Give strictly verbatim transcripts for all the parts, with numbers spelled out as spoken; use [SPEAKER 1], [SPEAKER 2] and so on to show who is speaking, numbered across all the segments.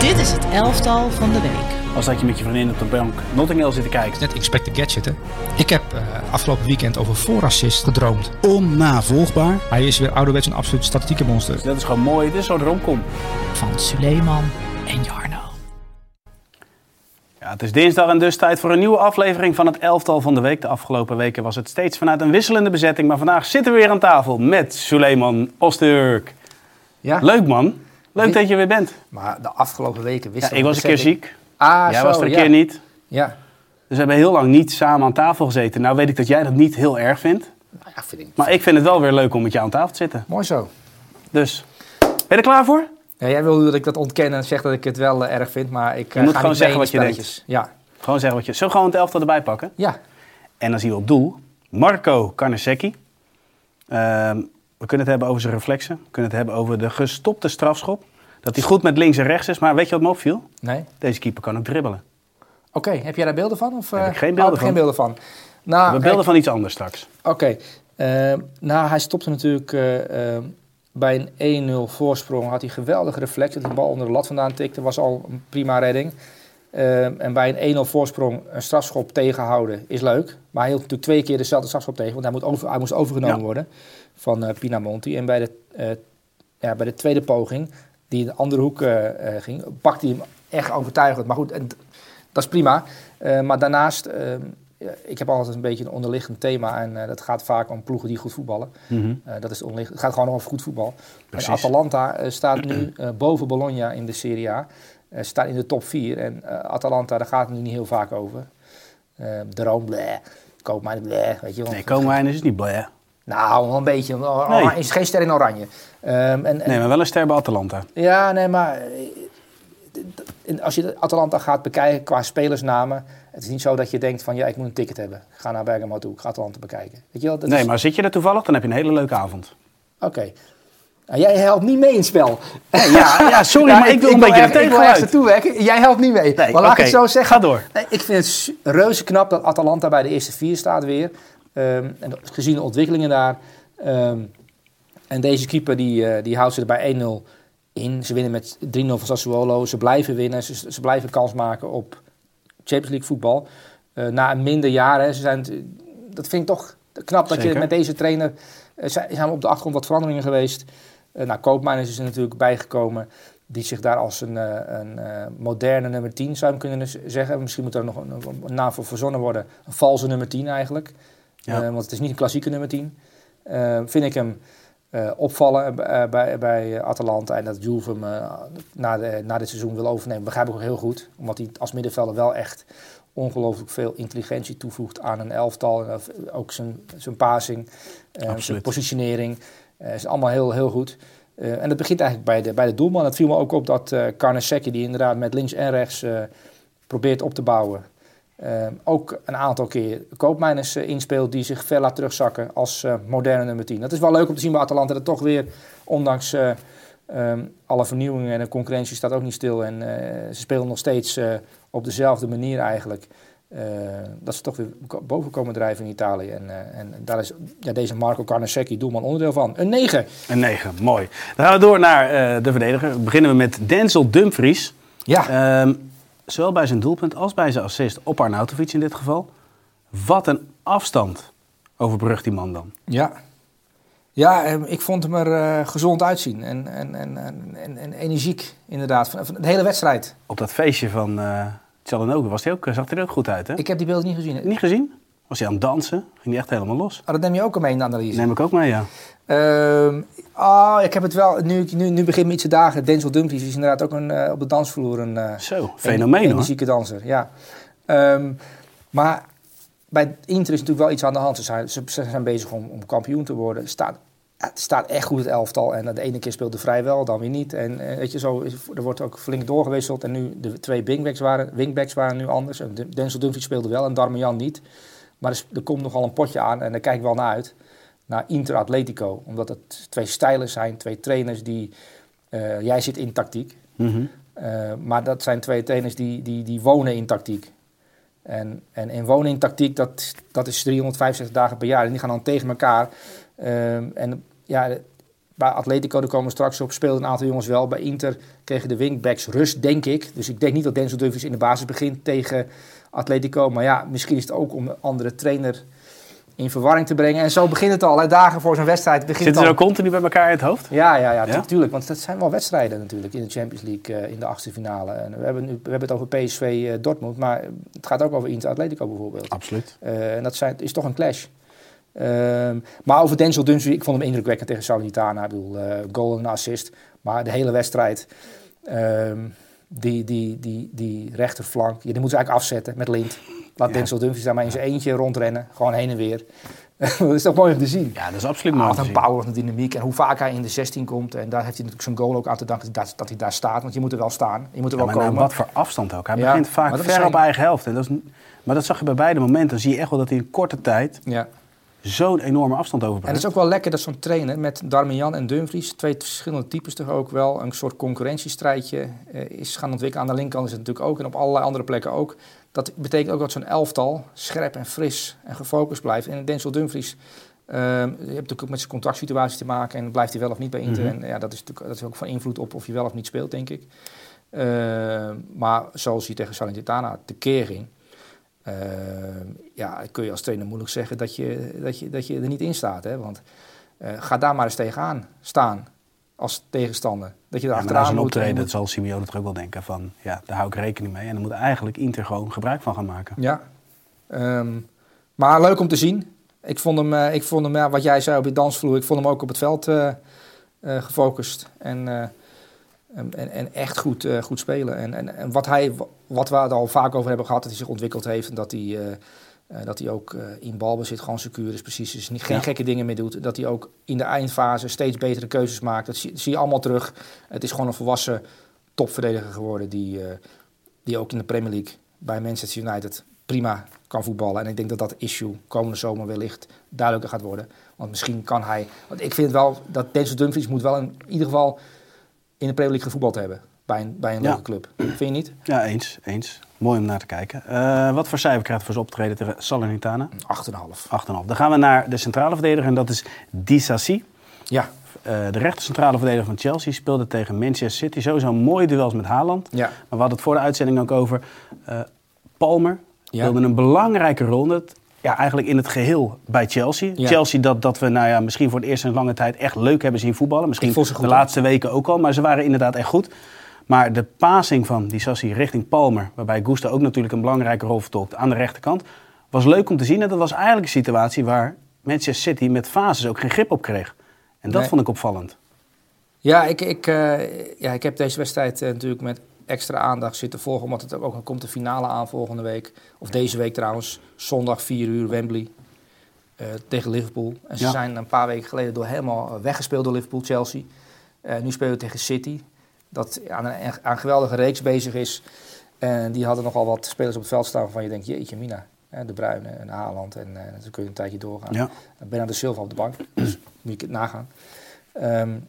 [SPEAKER 1] Dit is het elftal van de week.
[SPEAKER 2] Als dat je met je vriendin op de bank Notting Hill zit te kijken.
[SPEAKER 3] Net Inspector Gadget, hè. Ik heb uh, afgelopen weekend over voorassist gedroomd.
[SPEAKER 4] Onnavolgbaar.
[SPEAKER 3] Hij is weer ouderwets een absoluut statistieke monster.
[SPEAKER 2] Dus dat is gewoon mooi. Dit is zo'n romcom.
[SPEAKER 1] Van Suleiman en Jarno.
[SPEAKER 2] Ja, het is dinsdag en dus tijd voor een nieuwe aflevering van het elftal van de week. De afgelopen weken was het steeds vanuit een wisselende bezetting. Maar vandaag zitten we weer aan tafel met Suleiman Öztürk.
[SPEAKER 5] Ja.
[SPEAKER 2] Leuk man. Leuk dat je weer bent.
[SPEAKER 5] Maar de afgelopen weken wist
[SPEAKER 2] Ja, ik was een keer ziek.
[SPEAKER 5] Ah,
[SPEAKER 2] jij
[SPEAKER 5] zo,
[SPEAKER 2] was er een
[SPEAKER 5] ja.
[SPEAKER 2] keer niet.
[SPEAKER 5] Ja.
[SPEAKER 2] Dus we hebben heel lang niet samen aan tafel gezeten. Nou weet ik dat jij dat niet heel erg vindt.
[SPEAKER 5] Nou ja, vind ik.
[SPEAKER 2] Maar ik vind het wel weer leuk om met jou aan tafel te zitten.
[SPEAKER 5] Mooi zo.
[SPEAKER 2] Dus, ben je er klaar voor?
[SPEAKER 5] Ja, jij wil dat ik dat ontken en zeg dat ik het wel uh, erg vind, maar ik uh,
[SPEAKER 2] Je moet
[SPEAKER 5] ga
[SPEAKER 2] gewoon
[SPEAKER 5] niet
[SPEAKER 2] zeggen
[SPEAKER 5] mee in
[SPEAKER 2] wat je
[SPEAKER 5] spelletjes. Ja.
[SPEAKER 2] Gewoon zeggen wat je... Zullen we gewoon het elftal erbij pakken?
[SPEAKER 5] Ja.
[SPEAKER 2] En dan zien we op doel Marco Carnesecchi. Ehm, we kunnen het hebben over zijn reflexen. We kunnen het hebben over de gestopte strafschop. Dat hij goed met links en rechts is. Maar weet je wat me opviel?
[SPEAKER 5] Nee.
[SPEAKER 2] Deze keeper kan ook dribbelen.
[SPEAKER 5] Oké, okay, heb jij daar beelden van? Of,
[SPEAKER 2] Daar heb
[SPEAKER 5] uh,
[SPEAKER 2] ik geen beelden
[SPEAKER 5] oh,
[SPEAKER 2] van.
[SPEAKER 5] geen beelden van. Nou,
[SPEAKER 2] We hebben beelden
[SPEAKER 5] kijk,
[SPEAKER 2] van iets anders straks.
[SPEAKER 5] Oké. Okay. Uh, nou, hij stopte natuurlijk uh, uh, bij een één nul voorsprong. Had hij geweldige reflex. Dat die bal onder de lat vandaan tikte. Was al een prima redding. Uh, en bij een één nul voorsprong een strafschop tegenhouden is leuk. Maar hij hield natuurlijk twee keer dezelfde strafschop tegen. Want hij, moet over, hij moest overgenomen ja. worden van uh, Pinamonti. En bij de, uh, ja, bij de tweede poging, die in de andere hoek uh, uh, ging, pakte hij hem echt overtuigend. Maar goed, en, dat is prima. Uh, maar daarnaast, uh, ja, ik heb altijd een beetje een onderliggend thema. En uh, dat gaat vaak om ploegen die goed voetballen.
[SPEAKER 2] Mm-hmm.
[SPEAKER 5] Uh, dat is het, het gaat gewoon over goed voetbal.
[SPEAKER 2] Precies.
[SPEAKER 5] En Atalanta uh, staat nu uh, boven Bologna in de Serie A. Uh, staat in de top vier. En uh, Atalanta, daar gaat het nu niet heel vaak over. Uh, Droom, bleh. Koopmijn, bleh. Weet je wel.
[SPEAKER 2] Nee, Koopmijn is niet bleh.
[SPEAKER 5] Nou, wel een beetje. Oh,
[SPEAKER 2] Nee.
[SPEAKER 5] is geen ster in oranje. Um, en, en,
[SPEAKER 2] Nee, maar wel een ster bij Atalanta.
[SPEAKER 5] Ja, nee, maar uh, als je Atalanta gaat bekijken qua spelersnamen, het is niet zo dat je denkt van ja, ik moet een ticket hebben. Ik ga naar Bergamo toe, ik ga Atalanta bekijken. Weet je wel, dat
[SPEAKER 2] Nee,
[SPEAKER 5] is...
[SPEAKER 2] maar zit je er toevallig, dan heb je een hele leuke avond.
[SPEAKER 5] Oké. Okay. Nou, jij helpt niet mee in het spel.
[SPEAKER 2] Nee, ja, ja, sorry, ja, maar ik wil een beetje
[SPEAKER 5] er tegengeluid. Ik wil ergens Jij helpt niet mee.
[SPEAKER 2] Nee,
[SPEAKER 5] maar laat
[SPEAKER 2] okay.
[SPEAKER 5] ik het zo zeggen.
[SPEAKER 2] Ga door.
[SPEAKER 5] Nee, ik vind het reuze knap dat Atalanta bij de eerste vier staat weer. Um, en gezien de ontwikkelingen daar. Um, en deze keeper die, uh, die houdt ze er bij één nul in. Ze winnen met drie nul van Sassuolo. Ze blijven winnen. Ze, ze blijven kans maken op Champions League voetbal. Uh, na een minder jaar. Hè, ze zijn, dat vind ik toch knap dat Zeker. je met deze trainer... Uh, zijn op de achtergrond wat veranderingen geweest. Uh, nou, Koopmijn is er natuurlijk bijgekomen. Die zich daar als een, uh, een uh, moderne nummer tien zou kunnen zeggen. Misschien moet er nog een, een naam voor verzonnen worden. Een valse nummer tien eigenlijk. Ja. Uh, want het is niet een klassieke nummer tien. Uh, vind ik hem uh, opvallen uh, bij, bij Atalanta. En dat Juve hem uh, na, de, na dit seizoen wil overnemen. Begrijp ik ook heel goed. Omdat hij als middenvelder wel echt ongelooflijk veel intelligentie toevoegt aan een elftal. Uh, ook zijn, zijn passing, uh, zijn positionering. Uh, is allemaal heel, heel goed. Uh, en dat begint eigenlijk bij de, bij de doelman. Het viel me ook op dat uh, Carnesecchi, die inderdaad met links en rechts uh, probeert op te bouwen, uh, ook een aantal keer Koopmeiners uh, inspeelt die zich ver laat terugzakken als uh, moderne nummer tien. Dat is wel leuk om te zien bij Atalanta dat toch weer, ondanks uh, um, alle vernieuwingen en de concurrentie staat ook niet stil. En uh, ze spelen nog steeds uh, op dezelfde manier eigenlijk. Uh, dat ze toch weer boven komen drijven in Italië. En, uh, en daar is ja, deze Marco Carnesecchi doelman onderdeel van. Een negen.
[SPEAKER 2] Een negen, mooi. Dan gaan we door naar uh, de verdediger. Dan beginnen we met Denzel Dumfries.
[SPEAKER 5] Ja.
[SPEAKER 2] Um, zowel bij zijn doelpunt als bij zijn assist op Arnautovic in dit geval. Wat een afstand overbrugt die man dan.
[SPEAKER 5] Ja. Ja, ik vond hem er uh, gezond uitzien. En, en, en, en, en energiek inderdaad. Van, van de hele wedstrijd.
[SPEAKER 2] Op dat feestje van... Uh, Tjalanogo was hij ook, zag hij er ook goed uit, hè?
[SPEAKER 5] Ik heb die beelden niet gezien. Hè?
[SPEAKER 2] Niet gezien? Was hij aan het dansen? Ging hij echt helemaal los?
[SPEAKER 5] Oh, dat neem je ook al mee in de analyse?
[SPEAKER 2] Neem ik ook mee, ja.
[SPEAKER 5] Uh, oh, ik heb het wel... Nu, nu, nu begin me iets te dagen. Denzel Dumfries is inderdaad ook een, uh, op de dansvloer een... Uh,
[SPEAKER 2] Zo, fenomeen,
[SPEAKER 5] een,
[SPEAKER 2] hoor.
[SPEAKER 5] Een zieke danser, ja. Um, maar bij Inter is natuurlijk wel iets aan de hand. Ze zijn, ze zijn bezig om, om kampioen te worden. Staat, het staat echt goed, het elftal. En de ene keer speelde vrij wel, dan weer niet. En uh, weet je, zo is, er wordt ook flink doorgewisseld. En nu de twee wingbacks waren, wingbacks waren nu anders. En Denzel Dumfries speelde wel en Darmian niet. Maar er, er komt nogal een potje aan en daar kijk ik wel naar uit. Naar Inter Atletico. Omdat het twee stijlen zijn, twee trainers die... Uh, jij zit in tactiek.
[SPEAKER 2] Mm-hmm.
[SPEAKER 5] Uh, maar dat zijn twee trainers die, die, die wonen in tactiek. En, en, en wonen in tactiek, dat, dat is driehonderdvijfenzestig dagen per jaar. En die gaan dan tegen elkaar. Uh, en ja, Bij Atletico, daar komen we straks op, speelden een aantal jongens wel. Bij Inter kregen de wingbacks rust, denk ik. Dus ik denk niet dat Denzel Dumfries in de basis begint tegen Atletico. Maar ja, misschien is het ook om een andere trainer in verwarring te brengen. En zo begint het al, hè, dagen voor zo'n wedstrijd. Begint
[SPEAKER 2] Zitten ze
[SPEAKER 5] al...
[SPEAKER 2] ook continu bij elkaar in het hoofd?
[SPEAKER 5] Ja, ja, ja,
[SPEAKER 2] Ja?
[SPEAKER 5] natuurlijk. Want dat zijn wel wedstrijden natuurlijk in de Champions League uh, in de achtste finale. En we, hebben nu, we hebben het over P S V uh, Dortmund, maar het gaat ook over Inter Atletico bijvoorbeeld.
[SPEAKER 2] Absoluut.
[SPEAKER 5] Uh, en dat zijn, is toch een clash. Um, maar over Denzel Dumfries, ik vond hem indrukwekkend tegen Salernitana. Ik bedoel, uh, goal en assist. Maar de hele wedstrijd, um, die, die, die, die rechterflank, ja, die moeten ze eigenlijk afzetten met Lind. Laat
[SPEAKER 2] Ja.
[SPEAKER 5] Denzel Dumfries daar maar in zijn eentje rondrennen. Gewoon heen en weer. Dat is toch mooi om te zien.
[SPEAKER 2] Ja, dat is absoluut mooi
[SPEAKER 5] Ah,
[SPEAKER 2] om
[SPEAKER 5] wat
[SPEAKER 2] te
[SPEAKER 5] een
[SPEAKER 2] zien.
[SPEAKER 5] power, een dynamiek. En hoe vaak hij in de zestien komt. En daar heeft hij natuurlijk zijn goal ook aan te danken dat, dat hij daar staat. Want je moet er wel staan. Je moet er
[SPEAKER 2] Ja,
[SPEAKER 5] wel
[SPEAKER 2] maar
[SPEAKER 5] komen.
[SPEAKER 2] nou, wat voor afstand ook. Hij
[SPEAKER 5] Ja,
[SPEAKER 2] begint vaak
[SPEAKER 5] maar dat
[SPEAKER 2] ver
[SPEAKER 5] zijn-
[SPEAKER 2] op eigen helft. En dat is, maar dat zag je bij beide momenten. Dan zie je echt wel dat hij in korte tijd
[SPEAKER 5] Ja.
[SPEAKER 2] zo'n enorme afstand
[SPEAKER 5] En
[SPEAKER 2] overbrengt.
[SPEAKER 5] het is ook wel lekker dat zo'n trainer met Darmian en Dumfries, twee verschillende types toch ook wel, een soort concurrentiestrijdje uh, is gaan ontwikkelen. Aan de linkerkant is het natuurlijk ook en op allerlei andere plekken ook. Dat betekent ook dat zo'n elftal scherp en fris en gefocust blijft. En Denzel Dumfries, uh, je hebt natuurlijk ook met zijn contractsituatie te maken en blijft hij wel of niet bij Inter.
[SPEAKER 2] Mm-hmm.
[SPEAKER 5] En ja, dat is natuurlijk dat is ook van invloed op of je wel of niet speelt, denk ik. Uh, maar zoals hij tegen Salernitana tekeer ging, Uh, ja, kun je als trainer moeilijk zeggen dat je, dat je, dat je er niet in staat. Hè? Want uh, ga daar maar eens tegenaan staan als tegenstander. Dat je daar
[SPEAKER 2] Ja, maar na
[SPEAKER 5] achteraan
[SPEAKER 2] zijn
[SPEAKER 5] moet.
[SPEAKER 2] optreden
[SPEAKER 5] en je moet-
[SPEAKER 2] zal Simeone toch ook wel denken van... ja, daar hou ik rekening mee. En dan moet eigenlijk Inter gewoon gebruik van gaan maken.
[SPEAKER 5] Ja. Um, maar leuk om te zien. Ik vond hem, uh, ik vond hem ja, wat jij zei op de dansvloer, ik vond hem ook op het veld uh, uh, gefocust. En... Uh, En, en, en echt goed, uh, goed spelen. En, en, en wat, hij, wat we er al vaak over hebben gehad, dat hij zich ontwikkeld heeft. En dat hij, uh, uh, dat hij ook uh, in balbezit gewoon secuur is, precies. Dus niet, geen
[SPEAKER 2] Ja.
[SPEAKER 5] gekke dingen meer doet. Dat hij ook in de eindfase steeds betere keuzes maakt. Dat zie, zie je allemaal terug. Het is gewoon een volwassen topverdediger geworden. Die, uh, die ook in de Premier League bij Manchester United prima kan voetballen. En ik denk dat dat issue komende zomer wellicht duidelijker gaat worden. Want misschien kan hij... Want ik vind wel dat Denzel Dumfries moet wel in ieder geval... in de Premier League gevoetbald hebben. Bij een, bij een
[SPEAKER 2] Ja.
[SPEAKER 5] leuke club. Vind je niet?
[SPEAKER 2] Ja, eens. eens. Mooi om naar te kijken. Uh, wat voor cijfer krijgt hij voor zijn optreden tegen Salernitana?
[SPEAKER 5] acht komma vijf.
[SPEAKER 2] acht komma vijf. Dan gaan we naar de centrale verdediger en dat is Disasi.
[SPEAKER 5] Ja.
[SPEAKER 2] Uh, de rechter centrale verdediger van Chelsea speelde tegen Manchester City. Sowieso mooie duels met Haaland.
[SPEAKER 5] Ja.
[SPEAKER 2] Maar we hadden het voor de uitzending ook over. Uh, Palmer
[SPEAKER 5] Ja.
[SPEAKER 2] speelde een belangrijke rol. Dat, ja, eigenlijk in het geheel bij Chelsea.
[SPEAKER 5] Ja.
[SPEAKER 2] Chelsea dat, dat we nou ja, misschien voor het eerst in lange tijd echt leuk hebben zien voetballen. Misschien
[SPEAKER 5] Ik vond ze goed,
[SPEAKER 2] de
[SPEAKER 5] hoor.
[SPEAKER 2] laatste weken ook al. Maar ze waren inderdaad echt goed. Maar de passing van Disasi richting Palmer, waarbij Gusto ook natuurlijk een belangrijke rol vertolkt aan de rechterkant, was leuk om te zien. En dat was eigenlijk een situatie waar Manchester City met fases ook geen grip op kreeg. En dat
[SPEAKER 5] Nee.
[SPEAKER 2] vond ik opvallend.
[SPEAKER 5] Ja, ik, ik, uh, ja, ik heb deze wedstrijd uh, natuurlijk met extra aandacht zitten volgen. Omdat het ook, ook komt de finale aan volgende week. Of deze week trouwens. Zondag vier uur Wembley. Uh, tegen Liverpool. En ze
[SPEAKER 2] Ja.
[SPEAKER 5] zijn een paar weken geleden door helemaal weggespeeld door Liverpool, Chelsea. Uh, nu spelen we tegen City. Dat aan een, aan een geweldige reeks bezig is. En die hadden nogal wat spelers op het veld staan waarvan je denkt, jeetje mina. De Bruyne en Haaland. En uh, dan kun je een tijdje doorgaan.
[SPEAKER 2] Ja.
[SPEAKER 5] Bernardo Silva op de bank. Dus moet je het nagaan. Um,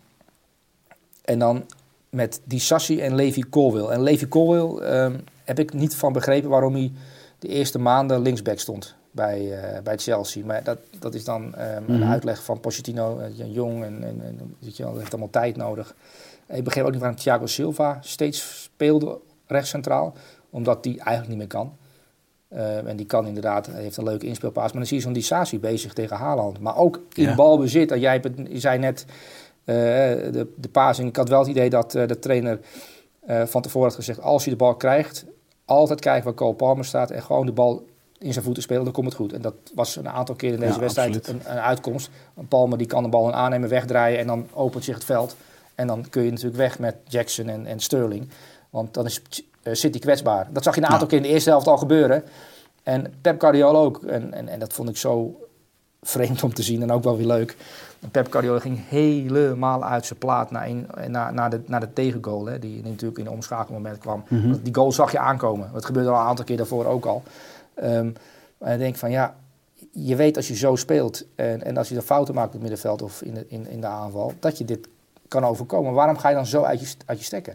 [SPEAKER 5] en dan met Disasi en Levi Colwill. En Levi Colwill um, heb ik niet van begrepen waarom hij de eerste maanden linksback stond bij, uh, bij Chelsea. Maar dat, dat is dan um,
[SPEAKER 2] Mm-hmm.
[SPEAKER 5] een uitleg van Pochettino, uh, jong en, en, en weet je wel, dat heeft allemaal tijd nodig. Ik begreep ook niet waarom Thiago Silva steeds speelde rechtscentraal, omdat die eigenlijk niet meer kan. Uh, en die kan inderdaad, hij heeft een leuke inspeelpaas. Maar dan zie je zo'n Disasi bezig tegen Haaland. Maar ook in
[SPEAKER 2] Ja.
[SPEAKER 5] balbezit. En jij hebt het, je zei net, uh, de, de passing. Ik had wel het idee dat uh, de trainer uh, van tevoren had gezegd, als je de bal krijgt, altijd kijken waar Cole Palmer staat en gewoon de bal in zijn voeten spelen, dan komt het goed. En dat was een aantal keer in deze
[SPEAKER 2] Ja,
[SPEAKER 5] wedstrijd een, een uitkomst. Een Palmer die kan de bal aannemen, wegdraaien en dan opent zich het veld. En dan kun je natuurlijk weg met Jackson en, en Sterling. Want dan is uh, City kwetsbaar. Dat zag je een aantal
[SPEAKER 2] Ja.
[SPEAKER 5] keer in de eerste helft al gebeuren. En Pep Guardiola ook. En, en, en dat vond ik zo vreemd om te zien en ook wel weer leuk. En Pep Guardiola ging helemaal uit zijn plaat naar, een, naar, naar, de, naar de tegengoal. Hè, die natuurlijk in de omschakelmoment kwam.
[SPEAKER 2] Mm-hmm.
[SPEAKER 5] Die goal zag je aankomen. Dat gebeurde al een aantal keer daarvoor ook al. Um, en ik denk van ja, je weet als je zo speelt en, en als je dan fouten maakt op het middenveld of in de, in, in de aanval, dat je dit kan overkomen. Waarom ga je dan zo uit je, uit je stekker?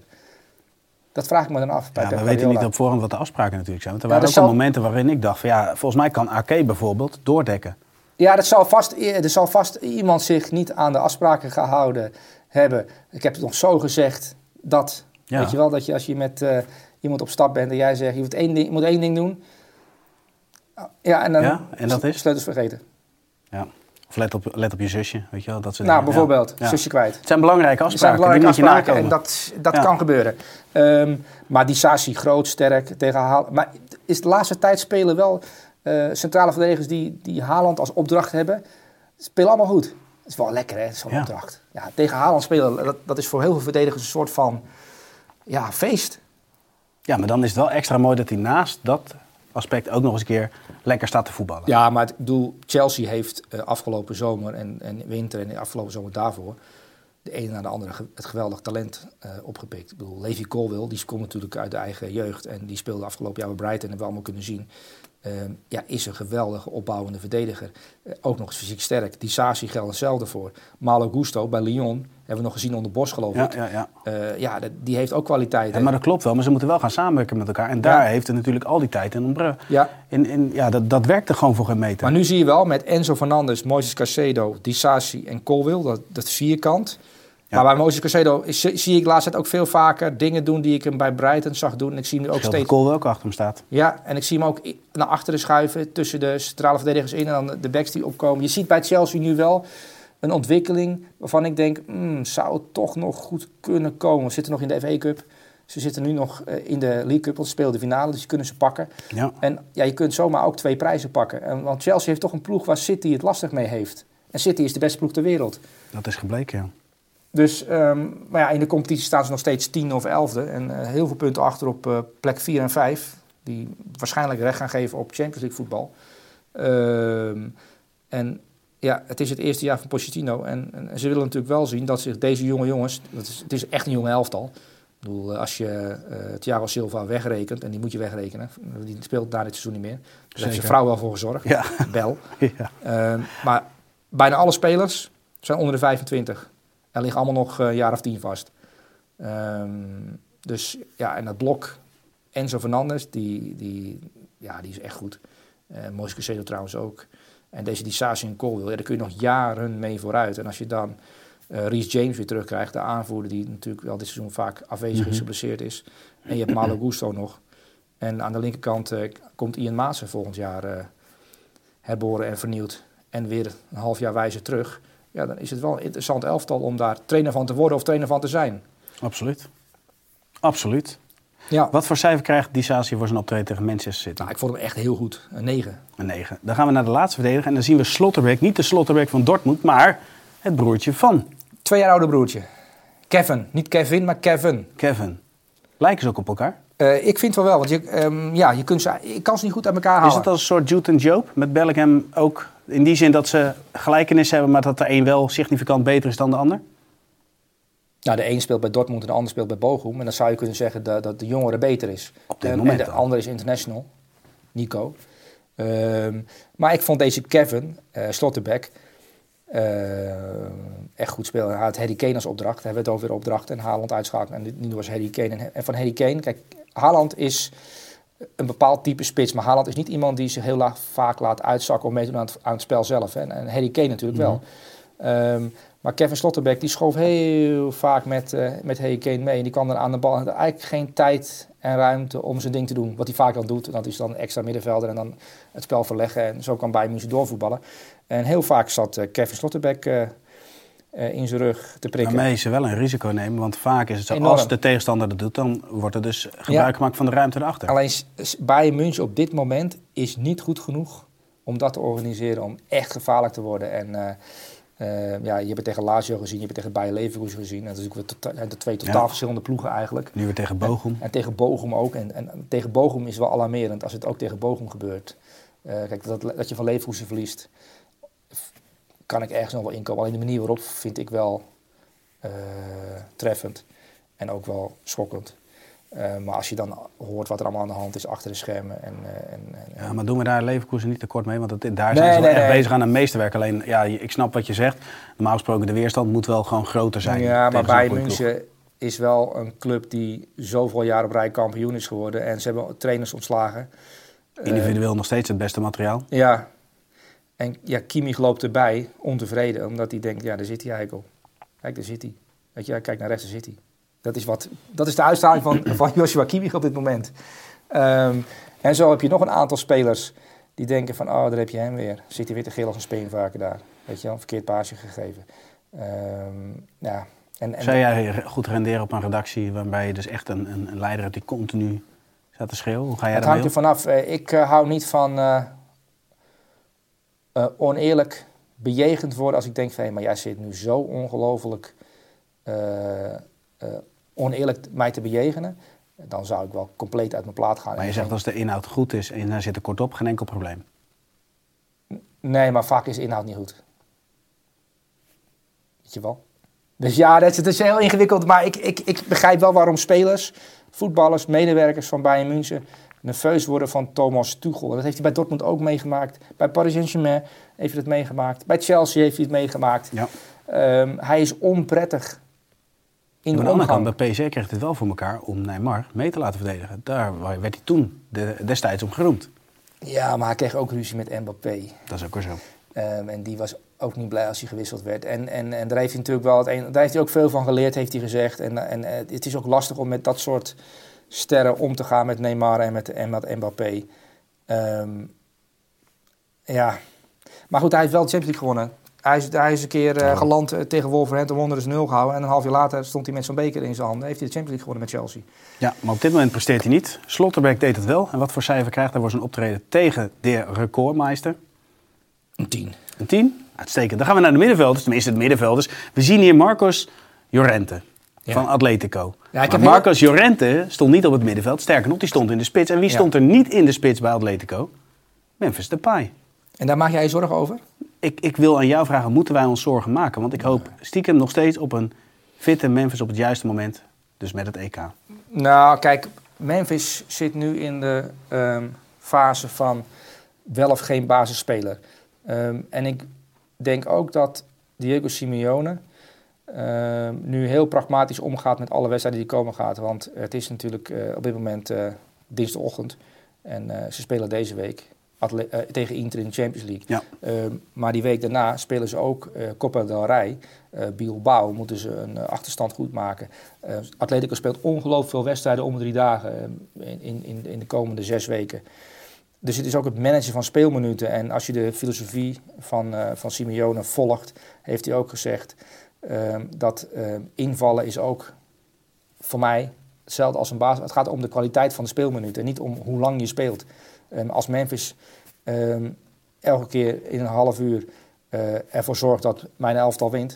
[SPEAKER 5] Dat vraag ik me dan af bij
[SPEAKER 2] Ja,
[SPEAKER 5] Pep
[SPEAKER 2] we weten
[SPEAKER 5] Guardiola.
[SPEAKER 2] niet op voorhand wat de afspraken natuurlijk zijn. Want er
[SPEAKER 5] Ja,
[SPEAKER 2] waren
[SPEAKER 5] dat
[SPEAKER 2] ook al
[SPEAKER 5] zal-
[SPEAKER 2] momenten waarin ik dacht van ja, volgens mij kan Ake bijvoorbeeld doordekken.
[SPEAKER 5] Ja, dat zal vast, er zal vast iemand zich niet aan de afspraken gehouden hebben. Ik heb het nog zo gezegd dat,
[SPEAKER 2] Ja.
[SPEAKER 5] weet je wel, dat je als je met uh, iemand op stap bent en jij zegt, je moet één ding, je moet één ding doen. Ja, en dan
[SPEAKER 2] Ja, en dat is?
[SPEAKER 5] sleutels vergeten.
[SPEAKER 2] Ja. Of let op, let op je zusje, weet je wel. Dat soort
[SPEAKER 5] Nou,
[SPEAKER 2] dingen.
[SPEAKER 5] bijvoorbeeld,
[SPEAKER 2] Ja.
[SPEAKER 5] zusje kwijt.
[SPEAKER 2] Het zijn belangrijke
[SPEAKER 5] Het zijn
[SPEAKER 2] afspraken,
[SPEAKER 5] belangrijke
[SPEAKER 2] die moet je
[SPEAKER 5] afspraken en
[SPEAKER 2] nakomen.
[SPEAKER 5] dat, dat
[SPEAKER 2] Ja.
[SPEAKER 5] kan gebeuren. Um, maar die Sassi, groot, sterk, tegen Haaland. Maar is de laatste tijd spelen wel uh, centrale verdedigers die, die Haaland als opdracht hebben, spelen allemaal goed. Dat is wel lekker, hè, zo'n
[SPEAKER 2] Ja.
[SPEAKER 5] opdracht. Ja, tegen Haaland spelen, dat, dat is voor heel veel verdedigers een soort van ja, feest.
[SPEAKER 2] Ja, maar dan is het wel extra mooi dat hij naast dat aspect ook nog eens een keer lekker staat te voetballen.
[SPEAKER 5] Ja, maar ik bedoel, Chelsea heeft uh, afgelopen zomer en, en winter en de afgelopen zomer daarvoor de ene na de andere ge- het geweldig talent uh, opgepikt. Ik bedoel, Levi Colwill, die komt natuurlijk uit de eigen jeugd en die speelde afgelopen jaar bij Brighton, hebben we allemaal kunnen zien. Uh, ja, is een geweldige opbouwende verdediger. Uh, ook nog eens fysiek sterk. Die Sassi geldt hetzelfde voor. Malo Gusto bij Lyon, hebben we nog gezien onder Bos, geloof
[SPEAKER 2] Ja,
[SPEAKER 5] ik.
[SPEAKER 2] ja, ja.
[SPEAKER 5] Uh, ja, dat, die heeft ook kwaliteit.
[SPEAKER 2] Ja, maar dat klopt wel, maar ze moeten wel gaan samenwerken met elkaar. En daar
[SPEAKER 5] Ja.
[SPEAKER 2] heeft het natuurlijk al die tijd in ontbroken.
[SPEAKER 5] Ja.
[SPEAKER 2] In, in, ja, dat, dat werkte gewoon voor geen meter.
[SPEAKER 5] Maar nu zie je wel met Enzo Fernandez, Moises Caicedo, Disasi en Colwill, dat, dat vierkant.
[SPEAKER 2] Ja.
[SPEAKER 5] Maar bij Moises Caicedo is, zie ik laatst tijd ook veel vaker dingen doen die ik hem bij Brighton zag doen. En ik zie hem nu ook
[SPEAKER 2] Scheelt dat
[SPEAKER 5] steeds...
[SPEAKER 2] Cole ook achter hem staat.
[SPEAKER 5] Ja, en ik zie hem ook i- naar achteren schuiven tussen de centrale verdedigers in en dan de backs die opkomen. Je ziet bij Chelsea nu wel een ontwikkeling waarvan ik denk, hmm, zou het toch nog goed kunnen komen. We zitten nog in de F A Cup. Ze zitten nu nog uh, in de League Cup, want ze spelen de finale, dus je kunnen ze pakken.
[SPEAKER 2] Ja.
[SPEAKER 5] En ja, je kunt zomaar ook twee prijzen pakken. En, want Chelsea heeft toch een ploeg waar City het lastig mee heeft. En City is de beste ploeg ter wereld.
[SPEAKER 2] Dat is gebleken, ja.
[SPEAKER 5] Dus, um, maar ja, in de competitie staan ze nog steeds tiende of elfde. En uh, heel veel punten achter op uh, plek vier en vijf. Die waarschijnlijk recht gaan geven op Champions League voetbal. Um, en ja, het is het eerste jaar van Pochettino. En, en ze willen natuurlijk wel zien dat zich deze jonge jongens... Dat is, het is echt een jonge elftal. Ik bedoel, als je uh, Thiago Silva wegrekent, en die moet je wegrekenen. Die speelt na dit seizoen niet meer. Dus daar heeft zijn vrouw wel voor gezorgd.
[SPEAKER 2] Ja.
[SPEAKER 5] Bel.
[SPEAKER 2] Ja.
[SPEAKER 5] Um, maar bijna alle spelers zijn onder de vijfentwintig. Er liggen allemaal nog een jaar of tien vast. Um, dus ja, en dat blok Enzo Fernandez, die, die, ja, die is echt goed. Uh, Moises Caicedo trouwens ook. En deze Disasi en Colwill, ja, daar kun je nog jaren mee vooruit. En als je dan uh, Reece James weer terugkrijgt, de aanvoerder die natuurlijk wel dit seizoen vaak afwezig is,
[SPEAKER 2] Mm-hmm.
[SPEAKER 5] geblesseerd is. En je hebt Malo Gusto nog. En aan de linkerkant uh, komt Ian Maassen volgend jaar uh, herboren en vernieuwd. En weer een half jaar wijzer terug. Ja, dan is het wel een interessant elftal om daar trainer van te worden of trainer van te zijn.
[SPEAKER 2] Absoluut. Absoluut.
[SPEAKER 5] Ja.
[SPEAKER 2] Wat voor cijfer krijgt Disasi voor zijn optreden tegen Manchester City?
[SPEAKER 5] Nou, ik vond hem echt heel goed. Een negen.
[SPEAKER 2] Een negen. Dan gaan we naar de laatste verdediger en dan zien we Slotterbeck. Niet de Slotterbeck van Dortmund, maar het broertje van
[SPEAKER 5] Twee jaar ouder broertje. Kevin. Niet Kevin, maar Kevin.
[SPEAKER 2] Kevin. Lijken ze ook op elkaar?
[SPEAKER 5] Uh, ik vind wel wel, want je, um, ja, je, kunt ze, je kan ze niet goed uit elkaar halen.
[SPEAKER 2] Is het als een soort Jude en Job? Met Bellingham ook in die zin dat ze gelijkenis hebben, maar dat de een wel significant beter is dan de ander?
[SPEAKER 5] Nou, de een speelt bij Dortmund en de ander speelt bij Bochum. En dan zou je kunnen zeggen dat, dat de jongere beter is.
[SPEAKER 2] Op dit
[SPEAKER 5] en,
[SPEAKER 2] moment
[SPEAKER 5] en de
[SPEAKER 2] dan.
[SPEAKER 5] andere is international. Nico. Um, maar ik vond deze Kevin, uh, Slotterbeck, uh, echt goed spelen. Hij had Harry Kane als opdracht. Hij werd ook weer opdracht en Haaland uitschakelen. En nu was Harry Kane. En, en van Harry Kane, kijk, Haaland is een bepaald type spits. Maar Haaland is niet iemand die zich heel laag, vaak laat uitzakken om mee te doen aan het, aan het spel zelf. En, en Harry Kane natuurlijk
[SPEAKER 2] Mm-hmm.
[SPEAKER 5] wel. Um, maar Kevin Slotterbeck die schoof heel vaak met, uh, met Harry Kane mee. En die kwam er aan de bal. En had eigenlijk geen tijd en ruimte om zijn ding te doen. Wat hij vaak al doet. En dat is dan extra middenvelder en dan het spel verleggen. En zo kan Bayern München doorvoetballen. En heel vaak zat uh, Kevin Slotterbeck uh, uh, in zijn rug te prikken.
[SPEAKER 2] Daarmee ze wel een risico nemen, want vaak is het zo,
[SPEAKER 5] Enorm.
[SPEAKER 2] als de tegenstander dat doet, dan wordt er dus gebruik
[SPEAKER 5] Ja.
[SPEAKER 2] gemaakt van de ruimte erachter.
[SPEAKER 5] Alleen Bayern München op dit moment is niet goed genoeg om dat te organiseren. Om echt gevaarlijk te worden. En uh, uh, ja, je hebt het tegen Lazio gezien, je hebt het tegen Bayer Leverkusen gezien. En dat is natuurlijk tota- de twee totaal
[SPEAKER 2] Ja.
[SPEAKER 5] verschillende ploegen eigenlijk.
[SPEAKER 2] Nu weer tegen Bochum.
[SPEAKER 5] En, en tegen Bochum ook. En, en tegen Bochum is wel alarmerend als het ook tegen Bochum gebeurt. Uh, kijk, dat, dat je van Leverkusen verliest, kan ik ergens nog wel inkomen. Alleen de manier waarop vind ik wel uh, treffend. En ook wel schokkend. Uh, maar als je dan hoort wat er allemaal aan de hand is achter de schermen. En, uh, en, en,
[SPEAKER 2] Ja, maar doen we daar Leverkusen niet tekort mee? Want het, daar
[SPEAKER 5] Nee,
[SPEAKER 2] zijn ze wel
[SPEAKER 5] nee,
[SPEAKER 2] echt
[SPEAKER 5] nee.
[SPEAKER 2] bezig aan een meesterwerk. Alleen, ja, ik snap wat je zegt. Normaal gesproken, de weerstand moet wel gewoon groter zijn.
[SPEAKER 5] Ja, maar
[SPEAKER 2] tegen zo'n
[SPEAKER 5] Bayern
[SPEAKER 2] goede ploeg.
[SPEAKER 5] München is wel een club die zoveel jaar op rij kampioen is geworden. En ze hebben trainers ontslagen.
[SPEAKER 2] Individueel nog steeds het beste materiaal.
[SPEAKER 5] Ja. En ja, Kimmich loopt erbij, ontevreden, omdat hij denkt, ja, daar zit hij eigenlijk al. Kijk, daar zit hij. Weet je, kijk naar rechts, daar zit hij. Dat is, wat, dat is de uitstraling van, van Joshua Kimmich op dit moment. Um, en zo heb je nog een aantal spelers die denken van, oh, daar heb je hem weer. Zit hij weer te geel als een speenvarken daar. Weet je wel, een verkeerd paasje gegeven. Um, ja. En, en
[SPEAKER 2] Zou jij goed renderen op een redactie waarbij je dus echt een, een, een leider hebt die continu staat te schreeuwen? Hoe ga jij
[SPEAKER 5] het
[SPEAKER 2] daarmee
[SPEAKER 5] hangt er vanaf. Ik uh, hou niet van uh, uh, oneerlijk bejegend worden als ik denk van, hey, maar jij zit nu zo ongelooflijk uh, uh, oneerlijk mij te bejegenen. Dan zou ik wel compleet uit mijn plaat gaan.
[SPEAKER 2] Maar je zegt als de inhoud goed is en daar zit er kort op, geen enkel probleem.
[SPEAKER 5] Nee, maar vaak is de inhoud niet goed. Weet je wel? Dus ja, dat is, dat is heel ingewikkeld. Maar ik, ik, ik begrijp wel waarom spelers, voetballers, medewerkers van Bayern München nerveus worden van Thomas Tuchel. Dat heeft hij bij Dortmund ook meegemaakt. Bij Paris Saint-Germain heeft hij het meegemaakt. Bij Chelsea heeft hij het meegemaakt.
[SPEAKER 2] Ja.
[SPEAKER 5] Um, hij is onprettig in
[SPEAKER 2] de
[SPEAKER 5] de
[SPEAKER 2] andere
[SPEAKER 5] omgang.
[SPEAKER 2] kant, bij P S G kreeg het wel voor elkaar om Neymar mee te laten verdedigen. Daar werd hij toen de, destijds om geroemd.
[SPEAKER 5] Ja, maar hij kreeg ook ruzie met Mbappé.
[SPEAKER 2] Dat is ook weer zo.
[SPEAKER 5] Um, en die was ook niet blij als hij gewisseld werd. En, en, en daar heeft hij natuurlijk wel het een, daar heeft hij ook veel van geleerd, heeft hij gezegd. En, en uh, het is ook lastig om met dat soort sterren om te gaan met Neymar en met, en met Mbappé. Um, ja, maar goed, hij heeft wel de Champions League gewonnen. Hij is, hij is een keer uh, geland uh, tegen Wolverhampton, Wanderers nul gehouden. En een half jaar later stond hij met zo'n beker in zijn handen. Heeft hij de Champions League gewonnen met Chelsea.
[SPEAKER 2] Ja, maar op dit moment presteert hij niet. Slotterbeck deed het wel. En wat voor cijfer krijgt hij voor zijn optreden tegen de recordmeister?
[SPEAKER 5] Een tien.
[SPEAKER 2] Een tien? Uitstekend. Dan gaan we naar de middenvelders, tenminste de middenvelders. We zien hier Marcos Llorente
[SPEAKER 5] Ja.
[SPEAKER 2] van Atletico.
[SPEAKER 5] Ja, ik
[SPEAKER 2] maar
[SPEAKER 5] heb
[SPEAKER 2] Marcos heel... Llorente stond niet op het middenveld. Sterker nog, die stond in de spits. En wie
[SPEAKER 5] Ja.
[SPEAKER 2] stond er niet in de spits bij Atletico? Memphis Depay.
[SPEAKER 5] En daar maak jij je zorgen over?
[SPEAKER 2] Ik, ik wil aan jou vragen, moeten wij ons zorgen maken? Want ik hoop stiekem nog steeds op een fitte Memphis op het juiste moment. Dus met het E K.
[SPEAKER 5] Nou, kijk, Memphis zit nu in de um, fase van wel of geen basisspeler. Um, en ik denk ook dat Diego Simeone um, nu heel pragmatisch omgaat met alle wedstrijden die komen gaat. Want het is natuurlijk uh, op dit moment uh, dinsdagochtend. En uh, ze spelen deze week atle- uh, tegen Inter in de Champions League.
[SPEAKER 2] Ja.
[SPEAKER 5] Um, maar die week daarna spelen ze ook uh, Copa del Rey. Uh, Bilbao moeten ze een uh, achterstand goed maken. Uh, Atletico speelt ongelooflijk veel wedstrijden om de drie dagen uh, in, in, in de komende zes weken. Dus het is ook het managen van speelminuten. En als je de filosofie van, uh, van Simeone volgt, heeft hij ook gezegd uh, dat uh, invallen is ook voor mij hetzelfde als een basis. Het gaat om de kwaliteit van de speelminuten en niet om hoe lang je speelt. Um, als Memphis um, elke keer in een half uur uh, ervoor zorgt dat mijn elftal wint,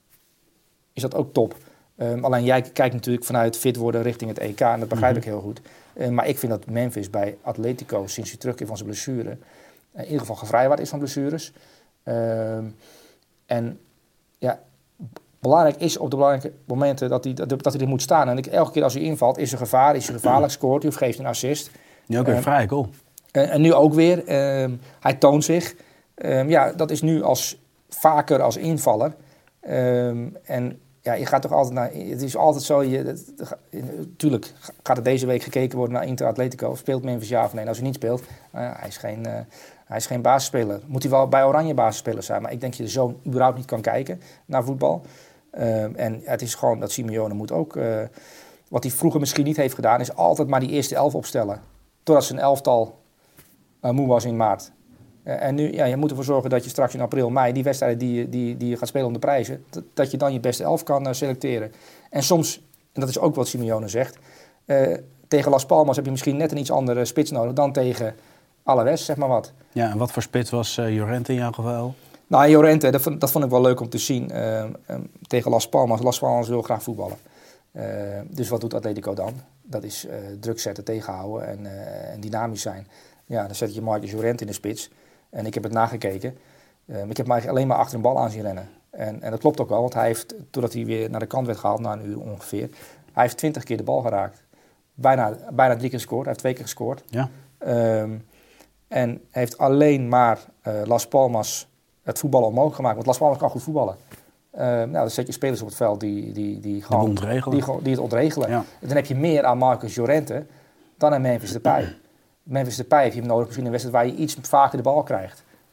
[SPEAKER 5] is dat ook top. Um, alleen jij kijkt natuurlijk vanuit fit worden richting het E K en dat begrijp
[SPEAKER 2] Mm-hmm.
[SPEAKER 5] ik heel goed. Uh, maar ik vind dat Memphis bij Atletico sinds hij terugkeert van zijn blessure in ieder geval gevrijwaard is van blessures. Um, en ja, belangrijk is op de belangrijke momenten dat hij, dat, dat hij er moet staan. En ik, elke keer als hij invalt is er gevaar, is er gevaarlijk, scoort hij of geeft een assist.
[SPEAKER 2] Nu ook weer een
[SPEAKER 5] Um,
[SPEAKER 2] vrije goal.
[SPEAKER 5] En, en nu ook weer. Um, hij toont zich. Um, ja, dat is nu als vaker als invaller. Um, en ja, je gaat toch altijd naar... Het is altijd zo... Je, dat, dat, tuurlijk gaat er deze week gekeken worden naar Inter Atletico. Speelt Memphis ja of nee? Als hij niet speelt, nou ja, hij is geen, uh, hij is geen basisspeler. Moet hij wel bij Oranje basisspeler zijn. Maar ik denk dat je zo überhaupt niet kan kijken naar voetbal. Um, en ja, het is gewoon dat Simeone moet ook... Uh, wat hij vroeger misschien niet heeft gedaan, is altijd maar die eerste elf opstellen. Totdat zijn elftal uh, moe was in maart. Uh, en nu, ja, je moet ervoor zorgen dat je straks in april, mei, die wedstrijden die, je- die, die je gaat spelen om de prijzen, dat, dat je dan je beste elf kan uh, selecteren. En soms, en dat is ook wat Simeone zegt, uh, tegen Las Palmas heb je misschien net een iets andere spits nodig dan tegen Alaves, zeg maar wat.
[SPEAKER 2] Ja, en wat voor spits was uh, Llorente in jouw geval?
[SPEAKER 5] Nou, Llorente, dat vond, dat vond ik wel leuk om te zien uh, um, tegen Las Palmas. Las Palmas wil graag voetballen. Uh, dus wat doet Atletico dan? Dat is uh, druk zetten, tegenhouden en, uh, en dynamisch zijn. Ja, dan zet je Marcos Llorente in de spits. En ik heb het nagekeken. Uh, ik heb hem eigenlijk alleen maar achter een bal aan zien rennen. En, en dat klopt ook wel, want hij heeft, totdat hij weer naar de kant werd gehaald, na een uur ongeveer, hij heeft twintig keer de bal geraakt. Bijna, bijna drie keer gescoord. Hij heeft twee keer gescoord.
[SPEAKER 2] Ja.
[SPEAKER 5] Um, en heeft alleen maar uh, Las Palmas het voetballen omhoog gemaakt. Want Las Palmas kan goed voetballen. Uh, nou, dan zet je spelers op het veld die, die, die, gewoon,
[SPEAKER 2] boel ontregelen.
[SPEAKER 5] die, gewoon- die het ontregelen.
[SPEAKER 2] Ja.
[SPEAKER 5] En dan heb je meer aan Marcos Llorente dan aan Memphis Depay. Memphis Depay heb je hem nodig misschien in een wedstrijd waar je iets vaker de bal krijgt.